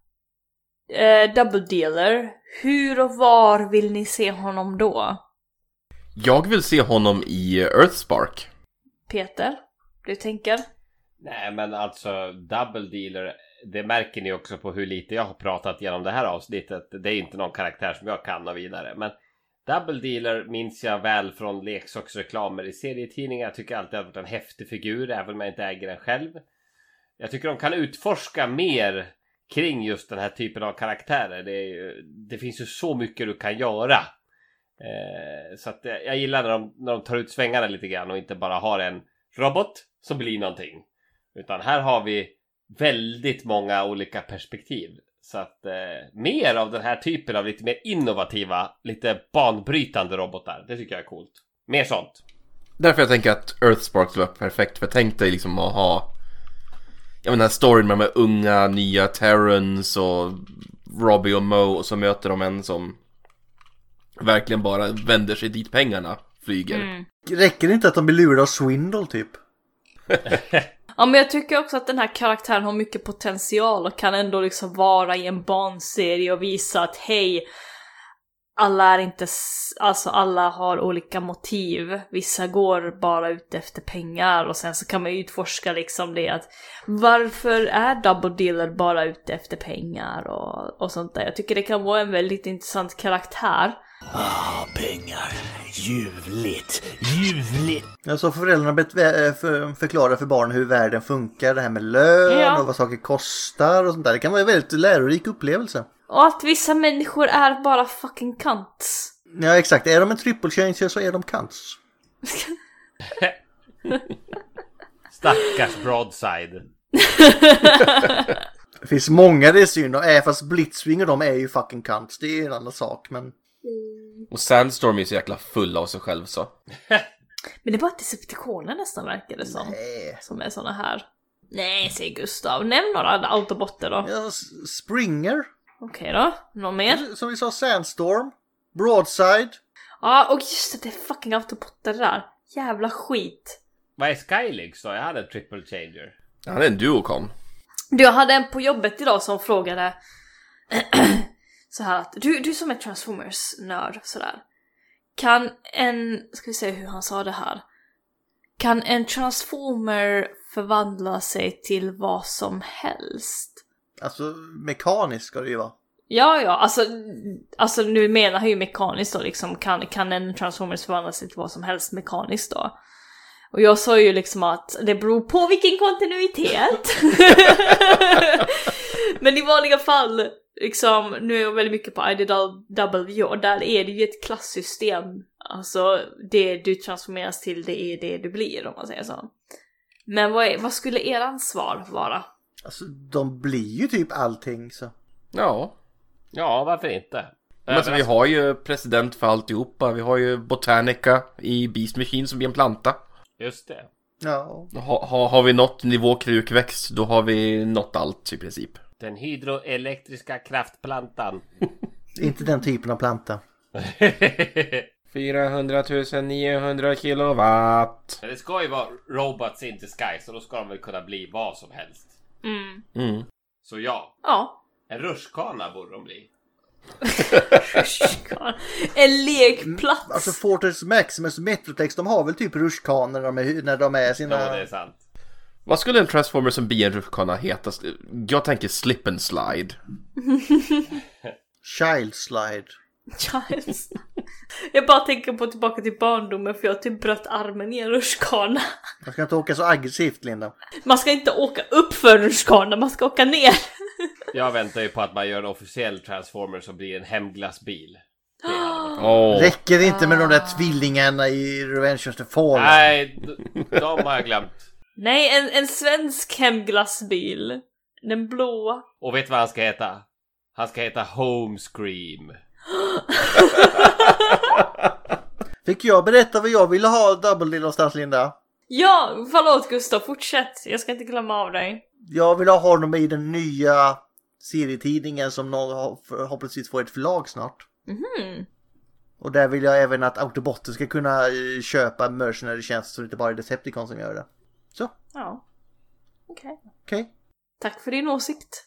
eh, Double Dealer, hur och var vill ni se honom då? Jag vill se honom i Earthspark. Peter, du tänker? Nej, men alltså Double Dealer, det märker ni också på hur lite jag har pratat genom det här avsnittet. Det är inte någon karaktär som jag kan och vidare. Men Double Dealer minns jag väl från leksaksreklamer i serietidningar. Jag tycker alltid att det är en häftig figur, även om jag inte äger den själv. Jag tycker de kan utforska mer kring just den här typen av karaktärer. Det, är ju, det finns ju så mycket du kan göra. Eh, så att jag gillar när de, när de tar ut svängarna lite grann och inte bara har en robot som blir någonting. Utan här har vi väldigt många olika perspektiv. Så att eh, mer av den här typen av lite mer innovativa, lite banbrytande robotar. Det tycker jag är coolt. Mer sånt. Därför jag tänker att Earthspark var perfekt. För jag tänkte liksom att ha, jag menar, storyn med de här unga, nya Terrans och Robbie och Mo. Och så möter de en som verkligen bara vänder sig dit pengarna flyger. Mm. Räcker det inte att de blir lurade av Swindle typ? Ja, men jag tycker också att den här karaktären har mycket potential och kan ändå liksom vara i en barnserie och visa att hej, alla är inte, alltså alla har olika motiv. Vissa går bara ut efter pengar och sen så kan man utforska liksom det att varför är Double Dealer bara ute efter pengar och, och sånt där. Jag tycker det kan vara en väldigt intressant karaktär. Ah, pengar. Ljuvligt. Ljuvligt. Alltså föräldrarna bet- för, förklarar för barn hur världen funkar. Det här med lön ja. och vad saker kostar och sånt där. Det kan vara en väldigt lärorik upplevelse. Och att vissa människor är bara fucking cunts. Ja, exakt. Är de en triple changer så är de cunts. Stackars broadside. Det finns många det är synd. Och även fast Blitzwing och de är ju fucking cunts. Det är en annan sak, men... Och Sandstorm är så jäkla full av sig själv så. Men det är bara Decepticoner nästan verkar det som. Nej. Som är såna här. Nej, säger Gustav. Nämn några autobotter då. Ja, Springer. Okej okay då. Någon mer? Som vi sa, Sandstorm. Broadside. Ja, och just det, det är fucking autobotter där. Jävla skit. Vad är Skylix då? Jag hade en triple changer. Ja, det är en duocom. Du, jag hade en på jobbet idag som frågade så här att du, du som är Transformers-nörd sådär. Kan en, ska vi se hur han sa det här. Kan en Transformer förvandla sig till vad som helst? Alltså mekaniskt ska det ju vara. Ja, ja, alltså, alltså nu menar jag ju mekaniskt då liksom. Kan, kan en Transformers förvandla sig till vad som helst mekaniskt då? Och jag sa ju liksom att det beror på vilken kontinuitet. Men i vanliga fall, liksom, nu är jag väldigt mycket på I D W och där är det ju ett klassystem. Alltså, det du transformeras till, det är det du blir, om man säger så. Men vad, är, vad skulle er ansvar vara? Alltså, de blir ju typ allting, så. Ja. Ja, varför inte? Men alltså, vi har ju president för alltihopa. Vi har ju Botanica i Beast Machine som blir en planta. Just det. Ja. Ha, ha, har vi nått nivå krukväxt, då har vi nått allt i princip. Den hydroelektriska kraftplantan. Inte den typen av planta. fyrahundratusen niohundra kilowatt. Det ska ju vara robots in the sky, så då ska de väl kunna bli vad som helst. Mm. Mm. Så ja. Ja. En rutschkana borde de bli. En lekplats. Alltså Fortress Maximus och Metroplex, de har väl typ rutschkanor när de är, när de är sina... Ja, det är sant. Vad skulle en Transformer som blir en rutschkana heta? Jag tänker slip and slide. Child slide. Child slide. Jag bara tänker på tillbaka till barndomen, för jag typ bröt armen i en rutschkana. Man ska inte åka så aggressivt, Linda. Man ska inte åka upp för en rutschkana, man ska åka ner. Jag väntar ju på att man gör en officiell Transformer som blir en hemglassbil. Oh. Räcker det inte med de där tvillingarna i Revenge of the Fallen? Nej, de, de har jag glömt. Nej, en, en svensk hemglassbil. Den blåa. Och vet vad han ska heta? Han ska heta Home Scream. Fick jag berätta vad jag ville ha Double Deal någonstans, Linda? Ja, förlåt Gustav, fortsätt. Jag ska inte glömma av dig. Jag vill ha honom i den nya serietidningen som någon förhoppningsvis får ett förlag snart. Mhm. Och där vill jag även att Autobotten ska kunna eh, köpa mercenary-tjänster så det inte bara är Decepticon som gör det. Så. Ja. Okej. Okay. Okej. Okay. Tack för din åsikt.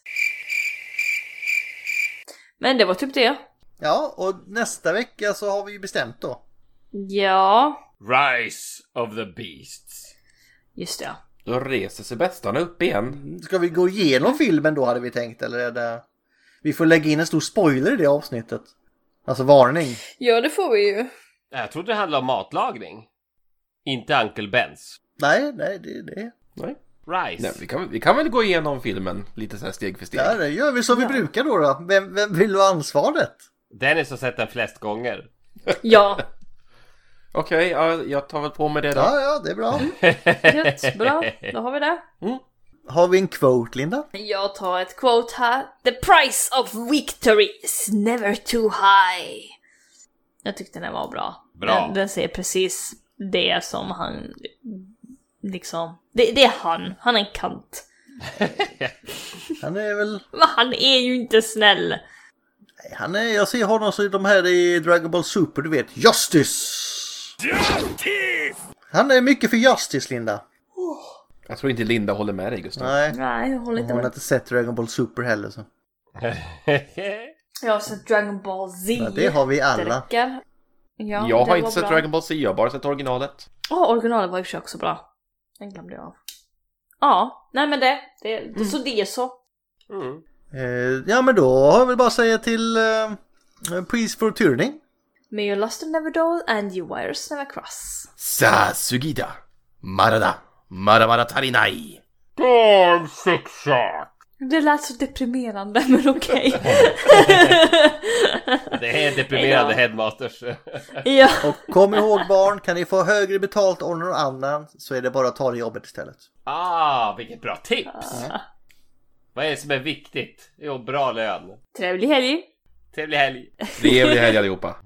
Men det var typ det. Ja, och nästa vecka så har vi ju bestämt då. Ja. Rise of the Beasts. Just det. Då reser sig bästarna upp igen. Ska vi gå igenom filmen då hade vi tänkt, eller är det... Vi får lägga in en stor spoiler i det avsnittet. Alltså varning. Ja, det får vi ju. Jag trodde det handlade om matlagning. Inte Uncle Bens. Nej, nej, det är det. Nej. Rise. Nej, vi, kan, vi kan väl gå igenom filmen lite så här steg för steg. Ja, det gör vi som ja. vi brukar då. då. Vem, vem vill ha ansvaret? Dennis har sett den flest gånger. Ja. Okej, okay, ja, jag tar väl på mig det då. Ja, ja, det är bra. Jättebra, då har vi det. Mm. Har vi en quote, Linda? Jag tar ett quote här. The price of victory is never too high. Jag tyckte den var bra. Bra. Den, den säger precis det som han... Liksom... Det, det är han. Han är en kant. Han är väl... Men han är ju inte snäll. Nej, han är... Jag ser honom så de här i Dragon Ball Super, du vet. Justice! Justice! Han är mycket för Justice, Linda. Jag tror inte Linda håller med dig, Gustav. Nej, Nej jag håller inte hon med. har inte sett Dragon Ball Super heller så. Jag har sett Dragon Ball Z. Ja, det har vi alla. Ja, jag har inte sett bra. Dragon Ball Z, jag har bara sett originalet. Ja, oh, originalet var ju också bra. Den glömde jag av. Ja, nej men det, det, det mm. så det är så. Mm. Eh, ja men då har jag väl bara säga till uh, Please for turning. May your luster never dull and your wires never cross. Sa Sugida Marada Maramara Tarinai. God six shot. Det lät så deprimerande, men okej. Okay. Det är deprimerande ja. Headmasters. Ja. Och kom ihåg barn, kan ni få högre betalt av någon annan så är det bara att ta det jobbet istället. Ah, vilket bra tips. Ah. Vad är det som är viktigt? Jo, bra lön. Trevlig helg. Trevlig helg. Trevlig helg allihopa.